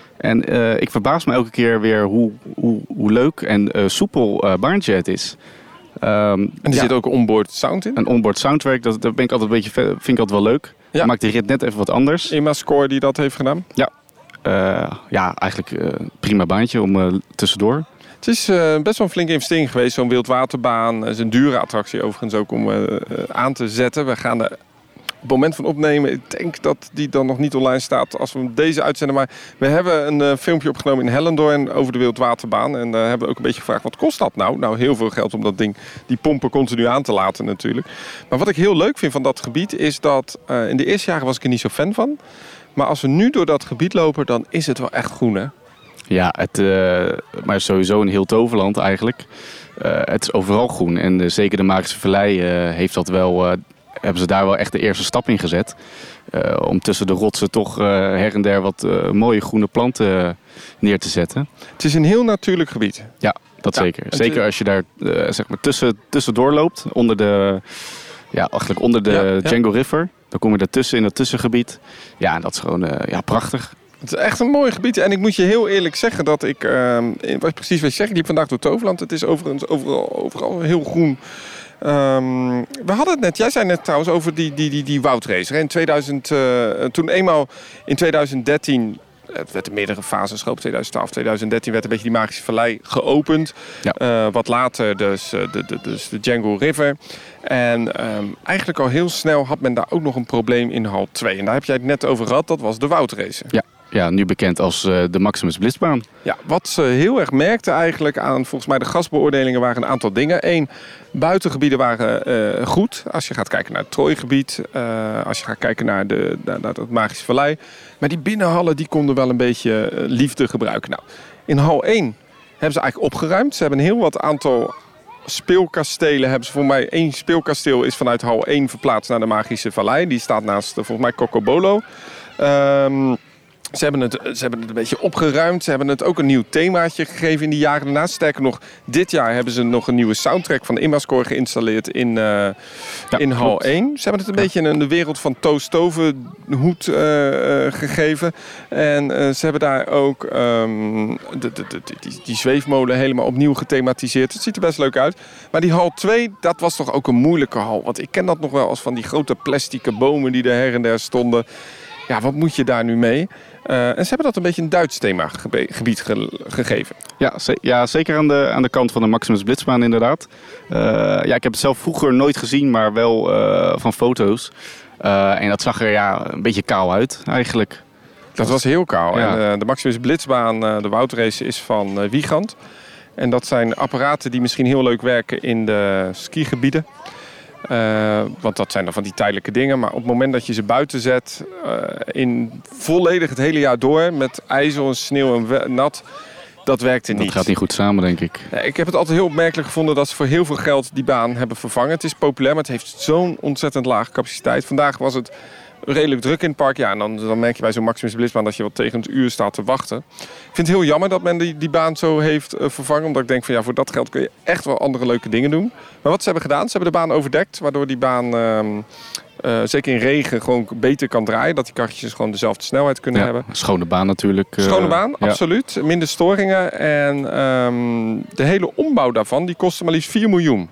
En uh, ik verbaas me elke keer weer hoe, hoe, hoe leuk en uh, soepel uh, baantje het is. Um, en er ja, zit ook onboard sound in? Een onboard soundtrack, dat, dat ben ik altijd een beetje, vind ik altijd wel leuk. Ja. Maakt de rit net even wat anders. Emma Score die dat heeft gedaan? Ja, uh, ja eigenlijk uh, prima baantje om uh, tussendoor. Het is uh, best wel een flinke investering geweest, zo'n wildwaterbaan. Het is een dure attractie overigens ook om uh, aan te zetten. We gaan er op het moment van opnemen, ik denk dat die dan nog niet online staat als we deze uitzenden. Maar we hebben een uh, filmpje opgenomen in Hellendoorn over de wildwaterbaan. En daar uh, hebben we ook een beetje gevraagd, wat kost dat nou? Nou, heel veel geld om dat ding, die pompen continu aan te laten natuurlijk. Maar wat ik heel leuk vind van dat gebied is dat, uh, in de eerste jaren was ik er niet zo fan van. Maar als we nu door dat gebied lopen, dan is het wel echt groen, hè? Ja, het, uh, maar sowieso een heel Toverland eigenlijk. Uh, het is overal groen. En uh, zeker de Magische Vallei uh, heeft dat wel uh, hebben ze daar wel echt de eerste stap in gezet. Uh, om tussen de rotsen toch uh, her en der wat uh, mooie groene planten uh, neer te zetten. Het is een heel natuurlijk gebied. Ja, dat ja, zeker. Zeker te... als je daar uh, zeg maar tussen, tussendoor loopt, onder de, ja, eigenlijk onder de ja, Django ja. River. Dan kom je daartussen in dat tussengebied. Ja, en dat is gewoon uh, ja, prachtig. Het is echt een mooi gebied. En ik moet je heel eerlijk zeggen dat ik... Uh, precies wat je zegt, ik liep vandaag door Toverland. Het is overigens overal, overal heel groen. Um, we hadden het net, jij zei net trouwens over die, die, die, die woudracer. In tweeduizend, uh, toen eenmaal in tweeduizend dertien... Het werd in meerdere fases geopend. tweeduizend twaalf, tweeduizend dertien werd een beetje die Magische Vallei geopend. Ja. Uh, wat later dus, uh, de, de, dus de Django River. En um, eigenlijk al heel snel had men daar ook nog een probleem in hal twee. En daar heb jij het net over gehad. Dat was de woudracer. Ja. Ja, nu bekend als uh, de Maximus Blitzbaan. Ja, wat ze heel erg merkten eigenlijk aan volgens mij de gasbeoordelingen waren een aantal dingen. Eén, buitengebieden waren uh, goed. Als je gaat kijken naar het Trooigebied, uh, als je gaat kijken naar, de, naar, naar het Magische Vallei. Maar die binnenhallen die konden wel een beetje uh, liefde gebruiken. Nou, in hal één hebben ze eigenlijk opgeruimd. Ze hebben een heel wat aantal speelkastelen. Hebben ze voor mij één speelkasteel is vanuit hal één verplaatst naar de Magische Vallei. Die staat naast uh, volgens mij Cocobolo. Um, Ze hebben, het, ze hebben het een beetje opgeruimd. Ze hebben het ook een nieuw themaatje gegeven in die jaren daarna. Sterker nog, dit jaar hebben ze nog een nieuwe soundtrack van Immascore geïnstalleerd in, uh, ja, in hal één. Ze hebben het een ja. beetje in de wereld van Toos Tovenhoed uh, uh, gegeven. En uh, ze hebben daar ook um, de, de, de, die, die zweefmolen helemaal opnieuw gethematiseerd. Het ziet er best leuk uit. Maar die hal twee, dat was toch ook een moeilijke hal. Want ik ken dat nog wel als van die grote plastic bomen die er her en der stonden. Ja, wat moet je daar nu mee? Uh, en ze hebben dat een beetje een Duits themagebied ge- gegeven. Ja, ze- ja, zeker aan de, aan de kant van de Maximus Blitzbaan inderdaad. Uh, ja, ik heb het zelf vroeger nooit gezien, maar wel uh, van foto's. Uh, en dat zag er ja, een beetje kaal uit eigenlijk. Dat was heel kaal. Ja. En, uh, de Maximus Blitzbaan, uh, de woudrace, is van uh, Wiegand. En dat zijn apparaten die misschien heel leuk werken in de skigebieden. Uh, want dat zijn dan van die tijdelijke dingen. Maar op het moment dat je ze buiten zet, uh, in volledig het hele jaar door, met ijzel en sneeuw en we- nat, dat werkte niet. Dat gaat niet goed samen, denk ik. Nee, ik heb het altijd heel opmerkelijk gevonden dat ze voor heel veel geld die baan hebben vervangen. Het is populair, maar het heeft zo'n ontzettend lage capaciteit. Vandaag was het redelijk druk in het park. Ja, en dan, dan merk je bij zo'n Maximus Blitzbaan dat je wat tegen het uur staat te wachten. Ik vind het heel jammer dat men die, die baan zo heeft uh, vervangen. Omdat ik denk van ja, voor dat geld kun je echt wel andere leuke dingen doen. Maar wat ze hebben gedaan, ze hebben de baan overdekt. Waardoor die baan, uh, uh, zeker in regen, gewoon beter kan draaien. Dat die karretjes gewoon dezelfde snelheid kunnen ja, hebben. Schone baan natuurlijk. Uh, Schone baan, ja. absoluut. Minder storingen. En um, de hele ombouw daarvan, die kostte maar liefst vier miljoen.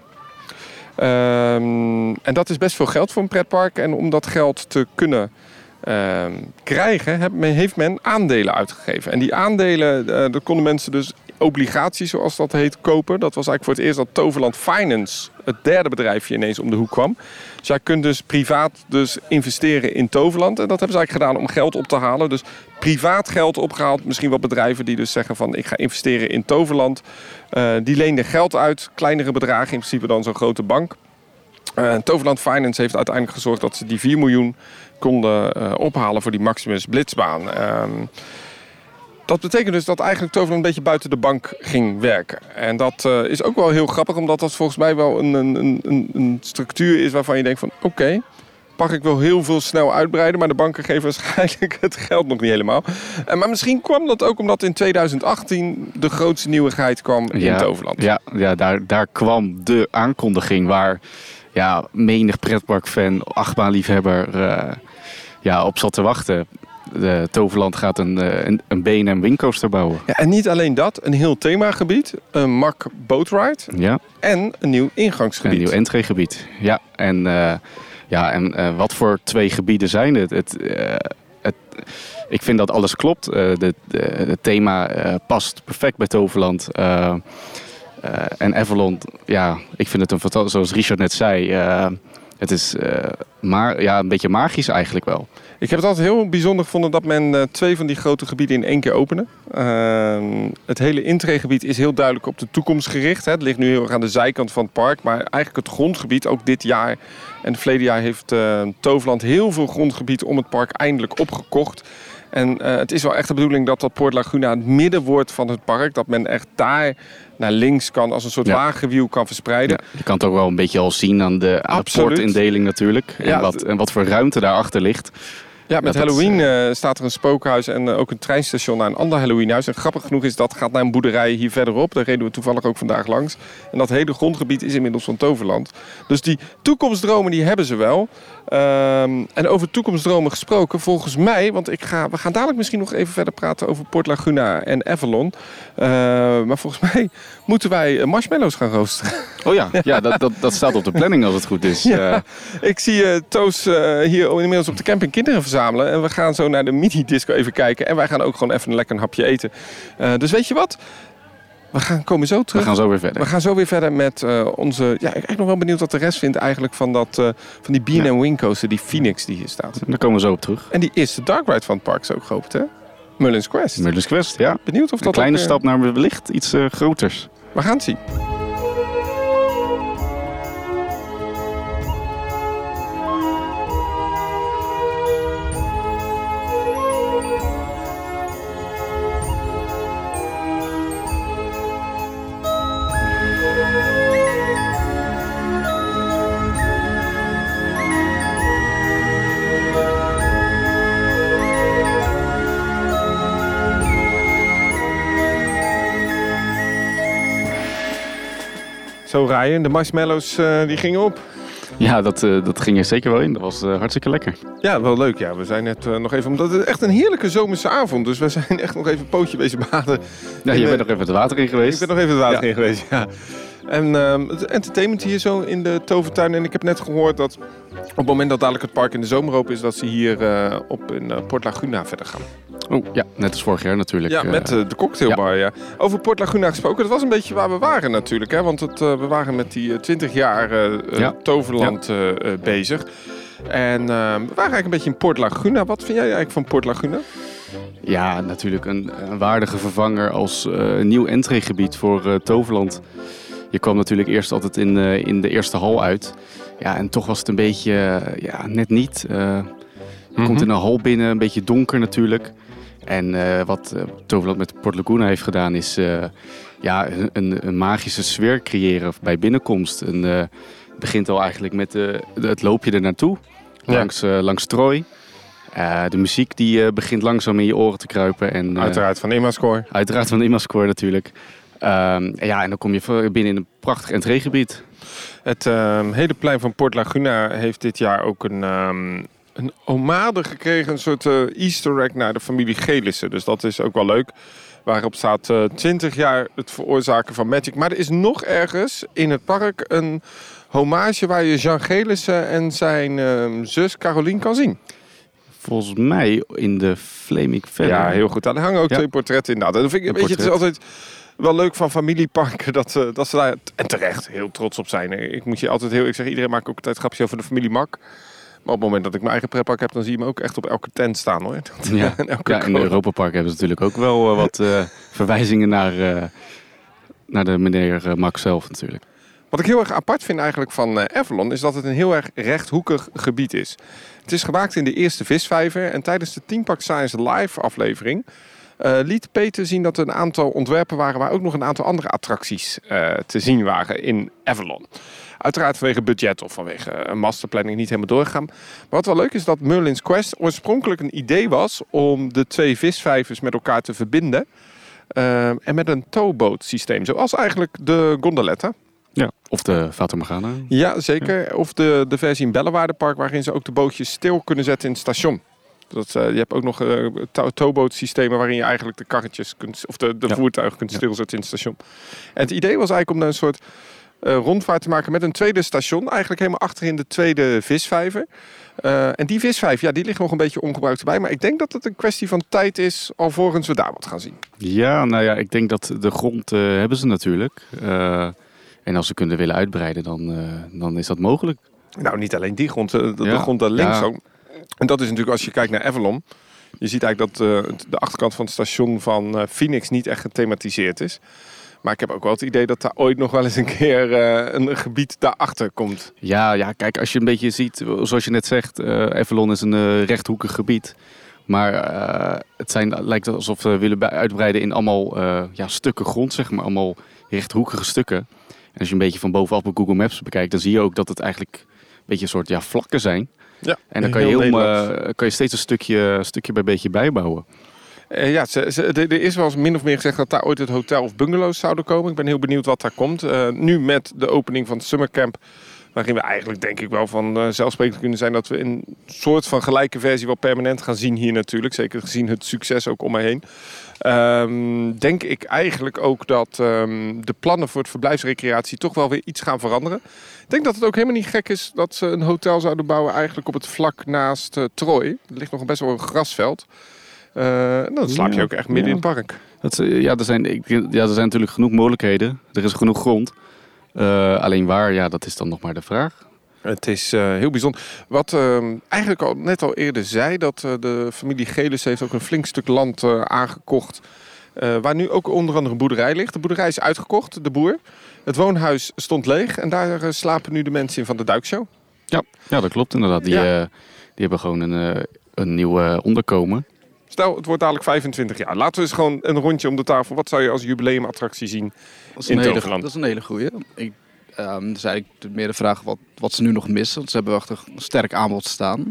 Um, en dat is best veel geld voor een pretpark. En om dat geld te kunnen um, krijgen, heb, heeft men aandelen uitgegeven. En die aandelen, uh, dat konden mensen dus obligaties, zoals dat heet, kopen. Dat was eigenlijk voor het eerst dat Toverland Finance, het derde bedrijfje, ineens om de hoek kwam. Dus jij kunt dus privaat dus investeren in Toverland. En dat hebben ze eigenlijk gedaan om geld op te halen. Dus privaat geld opgehaald. Misschien wel bedrijven die dus zeggen van ik ga investeren in Toverland. Uh, die leenden geld uit. Kleinere bedragen, in principe dan zo'n grote bank. Uh, Toverland Finance heeft uiteindelijk gezorgd dat ze die vier miljoen konden uh, ophalen voor die Maximus Blitzbaan. Uh, Dat betekent dus dat eigenlijk Toverland een beetje buiten de bank ging werken. En dat uh, is ook wel heel grappig, omdat dat volgens mij wel een, een, een, een structuur is waarvan je denkt van oké, okay, pak ik wel heel veel snel uitbreiden, maar de banken geven waarschijnlijk het geld nog niet helemaal. Uh, maar misschien kwam dat ook omdat in tweeduizend achttien de grootste nieuwigheid kwam in ja, Toverland. Ja, ja daar, daar kwam de aankondiging waar ja, menig pretparkfan, achtbaanliefhebber uh, ja, op zat te wachten. De Toverland gaat een, een, een B en M wingcoaster bouwen. Ja, en niet alleen dat, een heel themagebied, een M A C bootride ja. en een nieuw ingangsgebied. Een nieuw entreegebied, ja. En, uh, ja, en uh, wat voor twee gebieden zijn het? het, uh, het ik vind dat alles klopt. Uh, de, de, het thema uh, past perfect bij Toverland. Uh, uh, en Avalon, ja, ik vind het een fantastisch, zoals Richard net zei, uh, het is uh, maar, ja, een beetje magisch eigenlijk wel. Ik heb het altijd heel bijzonder gevonden dat men uh, twee van die grote gebieden in één keer opende. Uh, het hele intreegebied is heel duidelijk op de toekomst gericht. Hè. Het ligt nu heel erg aan de zijkant van het park. Maar eigenlijk het grondgebied, ook dit jaar en het verleden jaar heeft uh, Toverland heel veel grondgebied om het park eindelijk opgekocht. En uh, het is wel echt de bedoeling dat dat Port Laguna het midden wordt van het park. Dat men echt daar naar links kan, als een soort ja. wagenwiel kan verspreiden. Ja, je kan het ook wel een beetje al zien aan de, aan de poortindeling natuurlijk. En, ja, wat, en wat voor ruimte daarachter ligt. Ja, met ja, Halloween uh, staat er een spookhuis en uh, ook een treinstation naar een ander Halloweenhuis. En grappig genoeg is dat gaat naar een boerderij hier verderop. Daar reden we toevallig ook vandaag langs. En dat hele grondgebied is inmiddels van Toverland. Dus die toekomstdromen die hebben ze wel. Um, en over toekomstdromen gesproken, volgens mij, want ik ga, we gaan dadelijk misschien nog even verder praten over Port Laguna en Avalon. Uh, maar volgens mij moeten wij marshmallows gaan roosteren. Oh ja, ja dat, dat, dat staat op de planning als het goed is. Ja, uh. Ik zie uh, Toos uh, hier inmiddels op de camping kinderen verzamelen. En we gaan zo naar de mini-disco even kijken. En wij gaan ook gewoon even een lekker een hapje eten. Uh, dus weet je wat? We gaan komen zo terug. We gaan zo weer verder. We gaan zo weer verder met uh, onze... Ja, ik ben eigenlijk nog wel benieuwd wat de rest vindt eigenlijk van, dat, uh, van die Bean ja. and Wing Coaster, die Phoenix die hier staat. Daar komen we zo op terug. En die eerste dark ride van het park is ook geopend, hè? Merlin's Quest. Merlin's Quest, ja. Benieuwd of dat een kleine ook, uh... stap naar wellicht iets uh, groters. We gaan het zien. Zo Ryan, de marshmallows uh, die gingen op. Ja, dat, uh, dat ging er zeker wel in. Dat was uh, hartstikke lekker. Ja, wel leuk. Ja. We zijn net uh, nog even... Omdat het echt een heerlijke zomerse avond. Dus we zijn echt nog even een pootje bezig baden. Ja, je en, bent uh, nog even het water in geweest. Ik ben nog even het water ja. in geweest, ja. En uh, het entertainment hier zo in de Tovertuin. En ik heb net gehoord dat op het moment dat dadelijk het park in de zomer open is, dat ze hier uh, op in uh, Port Laguna verder gaan. Oh ja, net als vorig jaar natuurlijk. Ja, met uh, de cocktailbar. Ja. Ja. Over Port Laguna gesproken, dat was een beetje waar we waren natuurlijk. Hè? Want het, uh, we waren met die uh, twintig jaar uh, ja. Toverland ja. uh, uh, bezig. En uh, we waren eigenlijk een beetje in Port Laguna. Wat vind jij eigenlijk van Port Laguna? Ja, natuurlijk een, een waardige vervanger als uh, nieuw entreegebied voor uh, Toverland. Je kwam natuurlijk eerst altijd in, uh, in de eerste hal uit. Ja, en toch was het een beetje, uh, ja, net niet. Uh, je mm-hmm. komt in een hal binnen, een beetje donker natuurlijk. En uh, wat uh, Toverland met Port Laguna heeft gedaan is uh, ja, een, een magische sfeer creëren bij binnenkomst. En, uh, het begint al eigenlijk met uh, het loopje er naartoe, ja. langs, uh, langs Troy. Uh, de muziek die uh, begint langzaam in je oren te kruipen. En, uh, uiteraard van Immascore. Uiteraard van Immascore natuurlijk. Um, ja, en dan kom je binnen in een prachtig entreegebied. Het uh, hele plein van Port Laguna heeft dit jaar ook een... Um, een homade gekregen, een soort uh, easter egg naar de familie Gelissen. Dus dat is ook wel leuk. Waarop staat uh, twintig jaar het veroorzaken van Magic. Maar er is nog ergens in het park een hommage waar je Jean Gelissen en zijn uh, zus Caroline kan zien. Volgens mij in de Flaming Feather. Ja, heel goed. Daar hangen ook ja. twee portretten inderdaad. Dat vind ik, weet je, het is altijd wel leuk van familieparken dat, uh, dat ze daar, en terecht, heel trots op zijn. Ik moet je altijd heel, ik zeg, iedereen maakt ook altijd grapjes over de familie Mak. Maar op het moment dat ik mijn eigen pretpark heb, dan zie je me ook echt op elke tent staan, hoor. Dat, ja, elke ja in de Europa Park hebben ze natuurlijk ook wel uh, wat uh, verwijzingen naar, uh, naar de meneer uh, Mak zelf natuurlijk. Wat ik heel erg apart vind eigenlijk van uh, Avalon is dat het een heel erg rechthoekig gebied is. Het is gemaakt in de eerste visvijver en tijdens de Theme Park Science Live aflevering uh, liet Peter zien dat er een aantal ontwerpen waren waar ook nog een aantal andere attracties uh, te zien waren in Avalon. Uiteraard vanwege budget of vanwege een masterplanning niet helemaal doorgegaan. Maar wat wel leuk is dat Merlin's Quest oorspronkelijk een idee was om de twee visvijvers met elkaar te verbinden. Uh, en met een towboat systeem, zoals eigenlijk de gondoletta. Ja, of de Fata Morgana. Ja, zeker. Ja. Of de, de versie in Bellewaardepark waarin ze ook de bootjes stil kunnen zetten in het station. Dat, uh, je hebt ook nog uh, towboat systemen waarin je eigenlijk de karretjes kunt, of de, de ja. voertuigen kunt stilzetten in het station. En het idee was eigenlijk om een soort Uh, rondvaart te maken met een tweede station. Eigenlijk helemaal achterin de tweede visvijver. Uh, en die visvijver, ja, die ligt nog een beetje ongebruikt erbij. Maar ik denk dat het een kwestie van tijd is alvorens we daar wat gaan zien. Ja, nou ja, ik denk dat de grond uh, hebben ze natuurlijk. Uh, en als ze kunnen willen uitbreiden, dan, uh, dan is dat mogelijk. Nou, niet alleen die grond. De, de ja. grond daar links ook. Ja. En dat is natuurlijk als je kijkt naar Avalon. Je ziet eigenlijk dat uh, de achterkant van het station van uh, Phoenix niet echt gethematiseerd is. Maar ik heb ook wel het idee dat daar ooit nog wel eens een keer uh, een gebied daarachter komt. Ja, ja, kijk, als je een beetje ziet, zoals je net zegt, uh, Avalon is een uh, rechthoekig gebied. Maar uh, het zijn, lijkt alsof we willen uitbreiden in allemaal uh, ja, stukken grond, zeg maar. Allemaal rechthoekige stukken. En als je een beetje van bovenaf op Google Maps bekijkt, dan zie je ook dat het eigenlijk een beetje een soort ja, vlakken zijn. Ja, en dan kan je, heel, uh, kan je steeds een stukje, stukje bij beetje bijbouwen. Uh, ja, ze, ze, er is wel eens min of meer gezegd dat daar ooit het hotel of bungalows zouden komen. Ik ben heel benieuwd wat daar komt. Uh, nu met de opening van het Summercamp, waarin we eigenlijk denk ik wel van uh, zelfsprekend kunnen zijn dat we een soort van gelijke versie wel permanent gaan zien hier natuurlijk. Zeker gezien het succes ook om me heen. Um, denk ik eigenlijk ook dat um, de plannen voor het verblijfsrecreatie toch wel weer iets gaan veranderen. Ik denk dat het ook helemaal niet gek is dat ze een hotel zouden bouwen eigenlijk op het vlak naast uh, Troy. Er ligt nog best wel een grasveld. Uh, dan slaap je ook echt midden ja. in het park. Dat, ja, er zijn, ik, ja, er zijn natuurlijk genoeg mogelijkheden. Er is genoeg grond. Uh, alleen waar, ja, dat is dan nog maar de vraag. Het is uh, heel bijzonder. Wat uh, eigenlijk al net al eerder zei, dat uh, de familie Gelis heeft ook een flink stuk land uh, aangekocht. Uh, waar nu ook onder andere een boerderij ligt. De boerderij is uitgekocht, de boer. Het woonhuis stond leeg en daar uh, slapen nu de mensen in van de duikshow. Ja, ja dat klopt inderdaad. Die, ja. uh, die hebben gewoon een, uh, een nieuw uh, onderkomen. Stel, het wordt dadelijk vijfentwintig jaar. Laten we eens gewoon een rondje om de tafel. Wat zou je als jubileumattractie zien in Toverland? Dat is een hele goeie. Ik, um, dus eigenlijk meer de vraag wat, wat ze nu nog missen. Want ze hebben echt een sterk aanbod staan.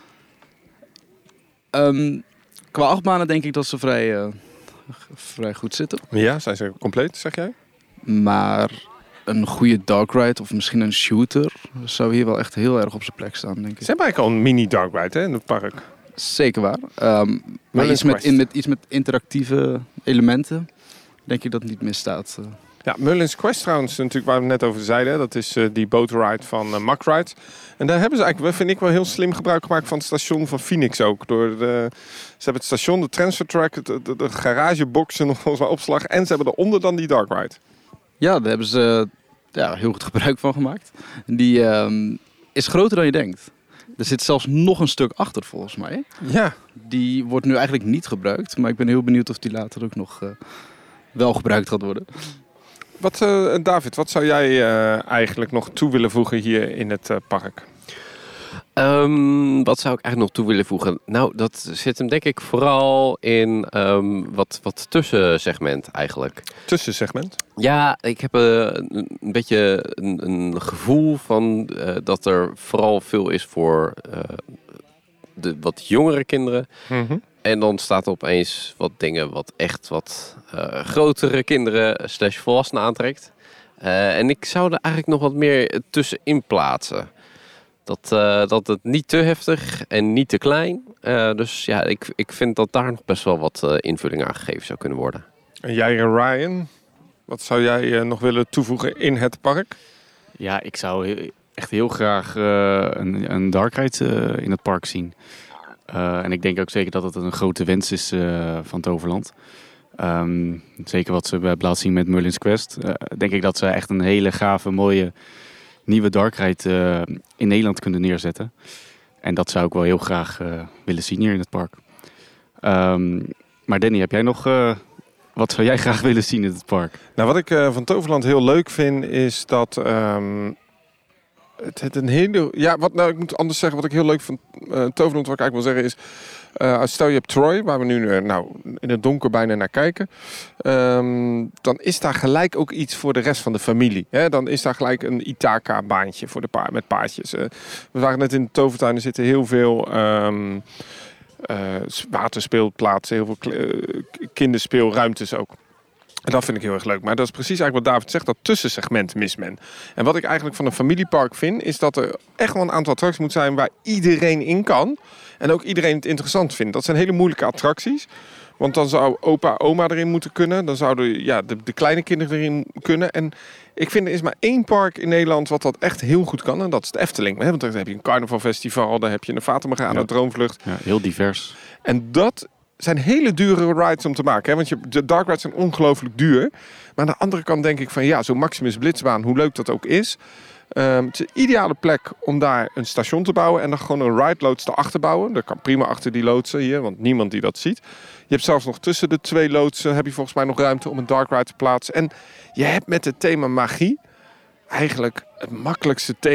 Um, qua achtbanen denk ik dat ze vrij, uh, vrij goed zitten. Ja, zijn ze compleet, zeg jij? Maar een goede dark ride of misschien een shooter zou hier wel echt heel erg op zijn plek staan, denk ik. Ze hebben eigenlijk al een mini dark ride hè, in het park. Zeker waar. Um, maar iets met, in, met, iets met interactieve elementen, denk ik dat het niet misstaat. Ja, Merlin's Quest trouwens, natuurlijk waar we het net over zeiden. Dat is uh, die boatride van uh, Mack Ride. En daar hebben ze eigenlijk, vind ik wel heel slim gebruik gemaakt van het station van Phoenix ook. Door de, ze hebben het station, de transfer track, de, de, de garageboxen nog volgens mij opslag. En ze hebben eronder dan die dark ride. Ja, daar hebben ze ja, heel goed gebruik van gemaakt. Die um, is groter dan je denkt. Er zit zelfs nog een stuk achter volgens mij. Ja. Die wordt nu eigenlijk niet gebruikt. Maar ik ben heel benieuwd of die later ook nog uh, wel gebruikt gaat worden. Wat, uh, David, wat zou jij uh, eigenlijk nog toe willen voegen hier in het uh, park? Um, wat zou ik eigenlijk nog toe willen voegen? Nou, dat zit hem denk ik vooral in um, wat, wat tussensegment eigenlijk. Tussensegment? Ja, ik heb uh, een, een beetje een, een gevoel van uh, dat er vooral veel is voor uh, de wat jongere kinderen. Mm-hmm. En dan staat er opeens wat dingen wat echt wat uh, grotere kinderen slash volwassenen aantrekt. Uh, en ik zou er eigenlijk nog wat meer tussenin plaatsen. Dat, uh, dat het niet te heftig en niet te klein. Uh, dus ja, ik, ik vind dat daar nog best wel wat uh, invulling aan gegeven zou kunnen worden. En jij, Ryan, wat zou jij uh, nog willen toevoegen in het park? Ja, ik zou heel, echt heel graag uh, een, een dark ride uh, in het park zien. Uh, en ik denk ook zeker dat het een grote wens is uh, van Toverland. Um, zeker wat ze hebben laten zien met Merlin's Quest. Uh, denk ik dat ze echt een hele gave, mooie nieuwe dark ride uh, in Nederland kunnen neerzetten. En dat zou ik wel heel graag uh, willen zien hier in het park. Um, maar Danny, heb jij nog... Uh, wat zou jij graag willen zien in het park? Nou, wat ik uh, van Toverland heel leuk vind, is dat... Um, het, het een hele... Ja, wat, nou, ik moet anders zeggen. Wat ik heel leuk van uh, Toverland, wat ik eigenlijk wil zeggen, is... Uh, stel je hebt Troy, waar we nu uh, nou, in het donker bijna naar kijken. Um, dan is daar gelijk ook iets voor de rest van de familie. Hè? Dan is daar gelijk een Ithaca-baantje voor de pa- met paardjes. Uh, we waren net in de tovertuin, er zitten heel veel... Um, Uh, waterspeelplaatsen, heel veel kle- uh, kinderspeelruimtes ook. En dat vind ik heel erg leuk. Maar dat is precies eigenlijk wat David zegt, dat tussensegment mist men. En wat ik eigenlijk van een familiepark vind, is dat er echt wel een aantal attracties moet zijn waar iedereen in kan. En ook iedereen het interessant vindt. Dat zijn hele moeilijke attracties. Want dan zou opa, oma erin moeten kunnen. Dan zouden ja, de, de kleine kinderen erin kunnen. En ik vind er is maar één park in Nederland wat dat echt heel goed kan. En dat is de Efteling. Want dan heb je een carnavalfestival. Dan heb je een Fata Morgana, een Droomvlucht. Ja, heel divers. En dat zijn hele dure rides om te maken. Hè? Want je, de dark rides zijn ongelooflijk duur. Maar aan de andere kant denk ik van ja, zo'n Maximus Blitzbaan, hoe leuk dat ook is. Um, het is een ideale plek om daar een station te bouwen en dan gewoon een ride loods erachter bouwen. Dat kan prima achter die loodsen hier, want niemand die dat ziet. Je hebt zelfs nog tussen de twee loodsen heb je volgens mij nog ruimte om een dark ride te plaatsen. En je hebt met het thema magie eigenlijk het makkelijkste thema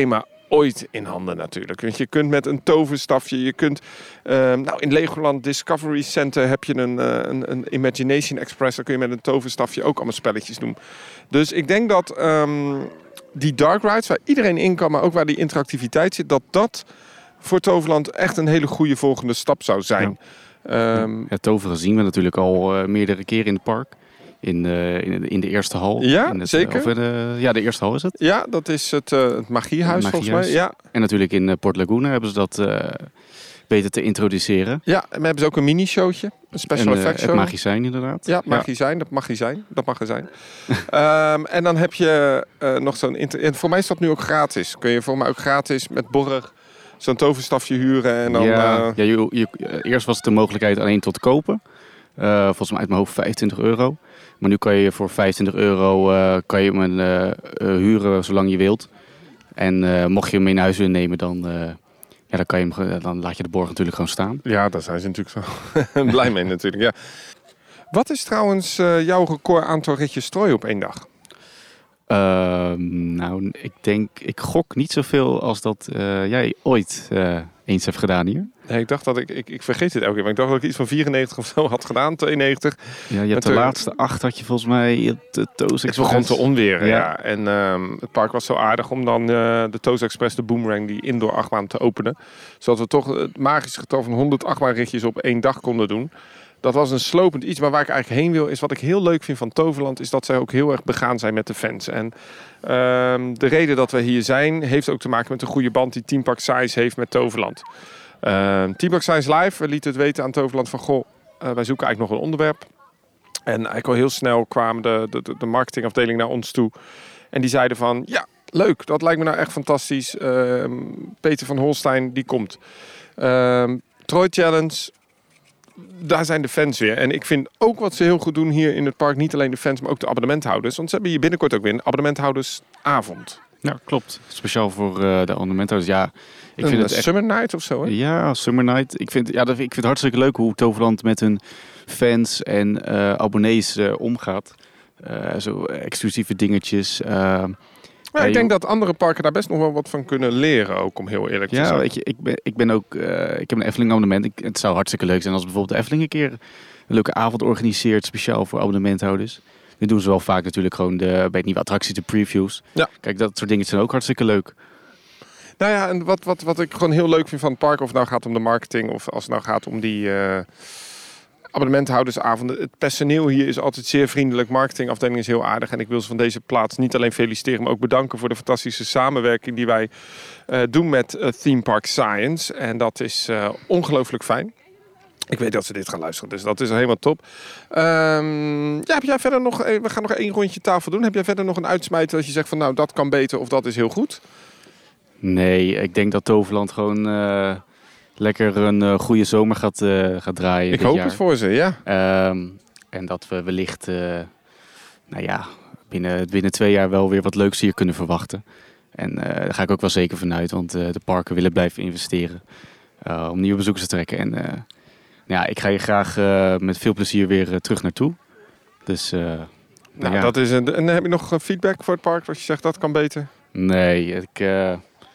ooit in handen natuurlijk. Want je kunt met een toverstafje, je kunt... Uh, nou, in Legoland Discovery Center heb je een, uh, een, een Imagination Express. Daar kun je met een toverstafje ook allemaal spelletjes doen. Dus ik denk dat um, die dark rides, waar iedereen in kan, maar ook waar die interactiviteit zit, dat dat voor Toverland echt een hele goede volgende stap zou zijn. Ja. Um, ja, toveren zien we natuurlijk al uh, meerdere keren in het park. In, uh, in, de, in de eerste hal. Ja, in het, zeker. Of de, ja, de eerste hal is het. Ja, dat is het, uh, het magiehuis, het magiehuis volgens mij. Ja. En natuurlijk in uh, Port Laguna hebben ze dat uh, beter te introduceren. Ja, en we hebben ze ook een mini-showtje. Een special en, uh, effects show. Het magazijn inderdaad. Ja, het magazijn, dat mag hij zijn. Dat mag er zijn. um, en dan heb je uh, nog zo'n... Inter- en voor mij is dat nu ook gratis. Kun je voor mij ook gratis met Borg zo'n toverstafje huren. En dan, ja, uh... ja je, je, eerst was het de mogelijkheid alleen tot kopen. Uh, volgens mij uit mijn hoofd vijfentwintig euro. Maar nu kan je voor vijfentwintig euro uh, kan je hem uh, uh, huren zolang je wilt. En uh, mocht je hem mee naar huis willen nemen, dan, uh, ja, dan, kan je hem, dan laat je de borg natuurlijk gewoon staan. Ja, daar zijn ze natuurlijk zo blij mee natuurlijk. Ja. Wat is trouwens uh, jouw record aantal ritjes strooien op één dag? Uh, nou, ik denk, ik gok niet zoveel als dat uh, jij ooit uh, eens hebt gedaan hier. Nee, ik dacht dat ik, ik, ik vergeet het elke keer, maar ik dacht dat ik iets van vierennegentig of zo had gedaan, tweeënnegentig. Ja, je hebt de, de laatste acht had je volgens mij de Toast Express. Het begon te onweren, ja. ja. En um, het park was zo aardig om dan uh, de Toast Express, de Boomerang, die indoor achtbaan te openen. Zodat we toch het magische getal van honderd achtbaanritjes op één dag konden doen. Dat was een slopend iets, maar waar ik eigenlijk heen wil is wat ik heel leuk vind van Toverland, is dat zij ook heel erg begaan zijn met de fans. En um, de reden dat we hier zijn, heeft ook te maken met de goede band die Theme Park Size heeft met Toverland. Uh, Theme Park Size Live, we lieten het weten aan Toverland van, goh, uh, wij zoeken eigenlijk nog een onderwerp. En eigenlijk al heel snel kwamen de, de, de marketingafdeling naar ons toe. En die zeiden van, ja, leuk, dat lijkt me nou echt fantastisch. Uh, Peter van Holstein, die komt. Uh, Troy Challenge, daar zijn de fans weer. En ik vind ook wat ze heel goed doen hier in het park, niet alleen de fans, maar ook de abonnementhouders. Want ze hebben hier binnenkort ook weer een abonnementhoudersavond. Ja, klopt. Speciaal voor uh, de abonnementhouders. Ja, ik een vind het echt... Summer Night of zo, hè? Ja, Summer Night. Ik vind, ja, dat, ik vind het hartstikke leuk hoe Toverland met hun fans en uh, abonnees uh, omgaat. Uh, zo exclusieve dingetjes. Uh, ja, ik denk dat andere parken daar best nog wel wat van kunnen leren, ook om heel eerlijk te ja, zijn. Ja, weet je, ik ben, ik ben ook, uh, ik heb een Efteling abonnement. Ik, het zou hartstikke leuk zijn als bijvoorbeeld de Efteling een keer een leuke avond organiseert, speciaal voor abonnementhouders. Nu doen ze wel vaak natuurlijk gewoon de, bij nieuwe attracties, de previews. Ja. Kijk, dat soort dingen zijn ook hartstikke leuk. Nou ja, en wat, wat, wat ik gewoon heel leuk vind van het park, of het nou gaat om de marketing, of als het nou gaat om die uh, abonnementhoudersavonden. Het personeel hier is altijd zeer vriendelijk. Marketingafdeling is heel aardig. En ik wil ze van deze plaats niet alleen feliciteren, maar ook bedanken voor de fantastische samenwerking die wij uh, doen met uh, Theme Park Science. En dat is uh, ongelooflijk fijn. Ik weet dat ze dit gaan luisteren, dus dat is helemaal top. Um, ja, heb jij verder nog, we gaan nog één rondje tafel doen. Heb jij verder nog een uitsmijter dat je zegt van nou, dat kan beter of dat is heel goed? Nee, ik denk dat Toverland gewoon uh, lekker een uh, goede zomer gaat, uh, gaat draaien. Ik dit hoop jaar. het voor ze, ja. Um, en dat we wellicht, uh, nou ja, binnen, binnen twee jaar wel weer wat leuks hier kunnen verwachten. En uh, daar ga ik ook wel zeker vanuit, want uh, de parken willen blijven investeren uh, om nieuwe bezoekers te trekken. En uh, ja, ik ga hier graag uh, met veel plezier weer uh, terug naartoe. Dus, uh, nou, nou ja. dat is een, en heb je nog feedback voor het park dat je zegt dat kan beter? Nee, ik uh,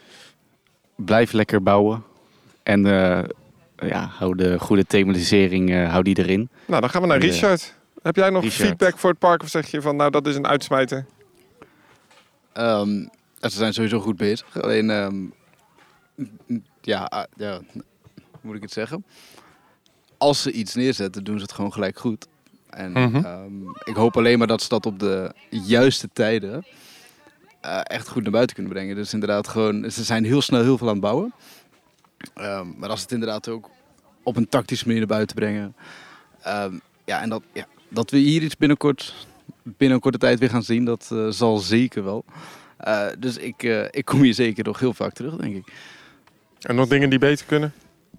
blijf lekker bouwen. En uh, ja, hou de goede thematisering uh, hou die erin. Nou, dan gaan we naar en, Richard. Heb jij nog Richard. feedback voor het park of zeg je van nou dat is een uitsmijter? Um, ze zijn sowieso goed bezig. Alleen, um, ja, uh, ja, hoe moet ik het zeggen? Als ze iets neerzetten, doen ze het gewoon gelijk goed. En mm-hmm. um, ik hoop alleen maar dat ze dat op de juiste tijden uh, echt goed naar buiten kunnen brengen. Dus inderdaad gewoon, ze zijn heel snel heel veel aan het bouwen. Um, maar als ze het inderdaad ook op een tactische manier naar buiten brengen. Um, ja, en dat, ja, dat we hier iets binnenkort, binnen een korte tijd weer gaan zien, dat uh, zal zeker wel. Uh, dus ik, uh, ik kom hier zeker nog heel vaak terug, denk ik. En nog dingen die beter kunnen?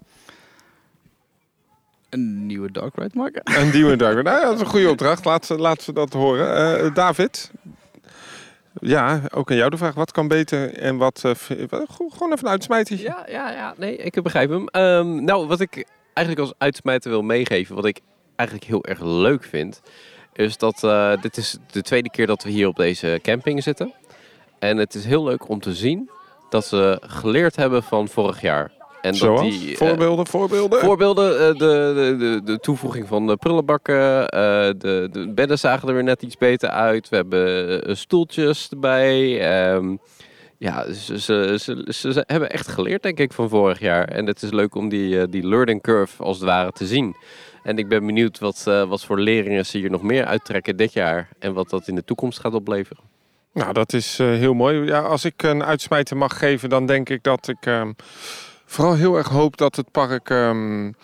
Een nieuwe dark ride maken. Een nieuwe dark ride. Nou ja, dat is een goede opdracht. Laat ze, laat ze dat horen. Uh, David? Ja, ook aan jou de vraag. Wat kan beter en wat... Uh, gewoon even een uitsmijter. Ja, ja, ja. Nee, ik begrijp hem. Um, nou, wat ik eigenlijk als uitsmijter wil meegeven, wat ik eigenlijk heel erg leuk vind, is dat uh, dit is de tweede keer dat we hier op deze camping zitten. En het is heel leuk om te zien dat ze geleerd hebben van vorig jaar. En Zoals? dat die, uh, voorbeelden, voorbeelden? Voorbeelden, uh, de, de, de, de toevoeging van de prullenbakken. Uh, de, de bedden zagen er weer net iets beter uit. We hebben uh, stoeltjes erbij. Um, ja, ze, ze, ze, ze, ze hebben echt geleerd, denk ik, van vorig jaar. En het is leuk om die, uh, die learning curve als het ware te zien. En ik ben benieuwd wat, uh, wat voor leringen ze hier nog meer uittrekken dit jaar. En wat dat in de toekomst gaat opleveren. Nou, dat is uh, heel mooi. Ja, als ik een uitsmijter mag geven, dan denk ik dat ik um, vooral heel erg hoop dat het park um,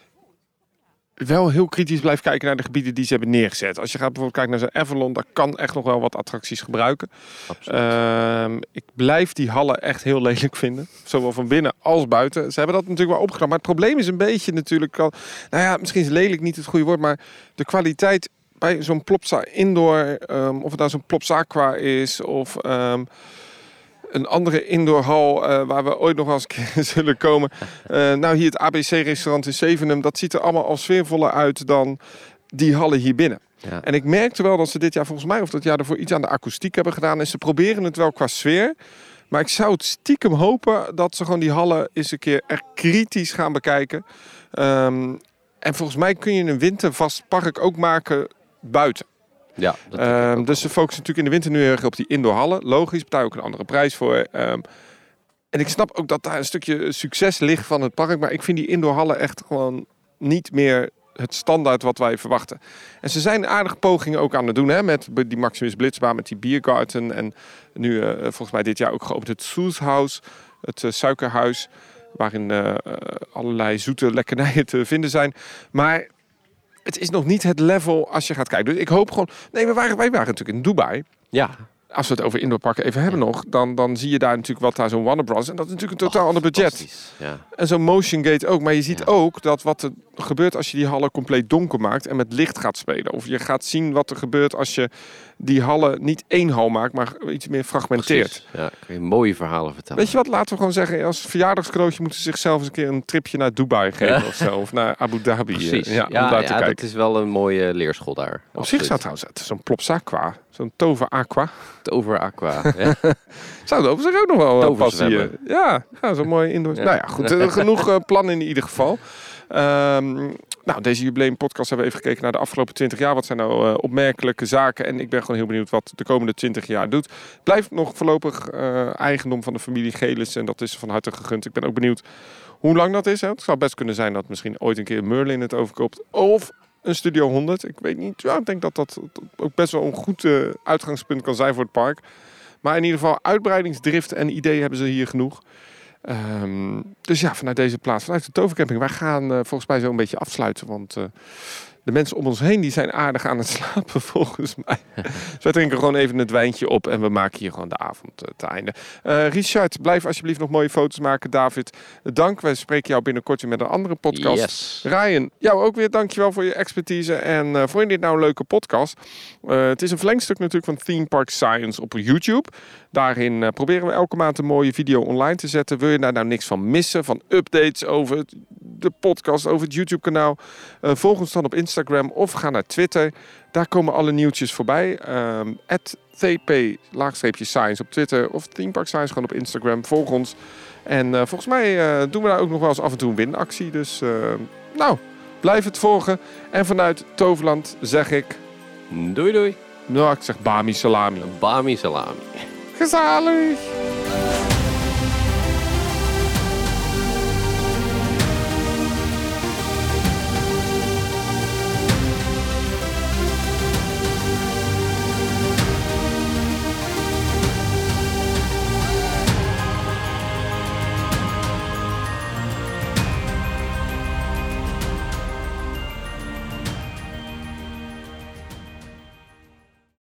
wel heel kritisch blijft kijken naar de gebieden die ze hebben neergezet. Als je gaat bijvoorbeeld kijken naar zo'n Avalon, daar kan echt nog wel wat attracties gebruiken. Um, ik blijf die hallen echt heel lelijk vinden. Zowel van binnen als buiten. Ze hebben dat natuurlijk wel opgedaan. Maar het probleem is een beetje natuurlijk... Al, nou ja, misschien is lelijk niet het goede woord, maar de kwaliteit bij zo'n Plopsa Indoor, um, of het nou zo'n Plopsa Aqua is, of um, een andere indoorhal uh, waar we ooit nog wel eens een keer zullen komen. Uh, nou, hier het A B C-restaurant in Zevenum, dat ziet er allemaal al sfeervoller uit dan die hallen hier binnen. Ja. En ik merkte wel dat ze dit jaar volgens mij, of dat jaar ervoor, iets aan de akoestiek hebben gedaan. En ze proberen het wel qua sfeer. Maar ik zou het stiekem hopen dat ze gewoon die hallen eens een keer echt kritisch gaan bekijken. Um, en volgens mij kun je een wintervast park ook maken buiten. Ja, dat um, dus ze focussen natuurlijk in de winter nu heel erg op die indoorhallen. Logisch, betaal je ook een andere prijs voor. Um, en ik snap ook dat daar een stukje succes ligt van het park. Maar ik vind die indoorhallen echt gewoon niet meer het standaard wat wij verwachten. En ze zijn aardige pogingen ook aan het doen. Hè, met die Maximus Blitzbaan, met die Biergarten. En nu uh, volgens mij dit jaar ook geopend het Soeshuis. Het uh, suikerhuis. Waarin uh, allerlei zoete lekkernijen te vinden zijn. Maar het is nog niet het level als je gaat kijken. Dus ik hoop gewoon... Nee, we waren, wij waren natuurlijk in Dubai. Ja. Als we het over indoorparken even hebben nog, dan, dan zie je daar natuurlijk wat daar zo'n Warner Bros. En dat is natuurlijk een totaal oh, ander budget. Ja. En zo'n Motion Gate ook. Maar je ziet ja. ook dat wat er gebeurt als je die hallen compleet donker maakt en met licht gaat spelen. Of je gaat zien wat er gebeurt als je die hallen niet één hal maakt, maar iets meer fragmenteert. Precies. Ja, kun je mooie verhalen vertellen. Weet je wat, laten we gewoon zeggen, als verjaardagscadeautje moeten ze zichzelf eens een keer een tripje naar Dubai geven ja. of zo. Of naar Abu Dhabi. Precies. Ja, ja, om daar ja, te kijken. Dat is wel een mooie leerschool daar. Op Absoluut. zich zou trouwens zo'n Plopsa Aqua, zo'n Tover Aqua. Tover Aqua. Ja. Zou het over zich ook nog wel uh, passen hier. Ja, ja zo'n mooi indoor. Ja. Nou ja, goed. Uh, genoeg uh, plannen in ieder geval. Um, nou, deze jubileumpodcast hebben we even gekeken naar de afgelopen twintig jaar. Wat zijn nou uh, opmerkelijke zaken? En ik ben gewoon heel benieuwd wat de komende twintig jaar doet. Blijft nog voorlopig uh, eigendom van de familie Gelis. En dat is van harte gegund. Ik ben ook benieuwd hoe lang dat is. Hè? Het zou best kunnen zijn dat misschien ooit een keer Merlin het overkoopt. Of een Studio honderd. Ik weet niet. Ja, ik denk dat dat ook best wel een goed uh, uitgangspunt kan zijn voor het park. Maar in ieder geval uitbreidingsdrift en ideeën hebben ze hier genoeg. Um, dus ja, vanuit deze plaats, vanuit de Tovercamping. Wij gaan uh, volgens mij zo een beetje afsluiten. Want uh, de mensen om ons heen die zijn aardig aan het slapen volgens mij. Dus wij drinken gewoon even het wijntje op. En we maken hier gewoon de avond uh, te einde. Uh, Richard, blijf alsjeblieft nog mooie foto's maken. David, dank. Wij spreken jou binnenkort weer met een andere podcast. Yes. Ryan, jou ook weer dankjewel voor je expertise. En uh, vond je dit nou een leuke podcast? Uh, het is een verlengstuk natuurlijk van Theme Park Science op YouTube. Daarin uh, proberen we elke maand een mooie video online te zetten. Wil je daar nou niks van missen? Van updates over het, de podcast, over het YouTube kanaal? Uh, volg ons dan op Instagram of ga naar Twitter. Daar komen alle nieuwtjes voorbij. Um, at T P Science op Twitter of Theme Park Science gewoon op Instagram. Volg ons. En uh, volgens mij uh, doen we daar ook nog wel eens af en toe een winactie. Dus uh, nou, blijf het volgen. En vanuit Toverland zeg ik... Doei doei. Nou, ik zeg Bami Salami. Bami Salami. Gezellig.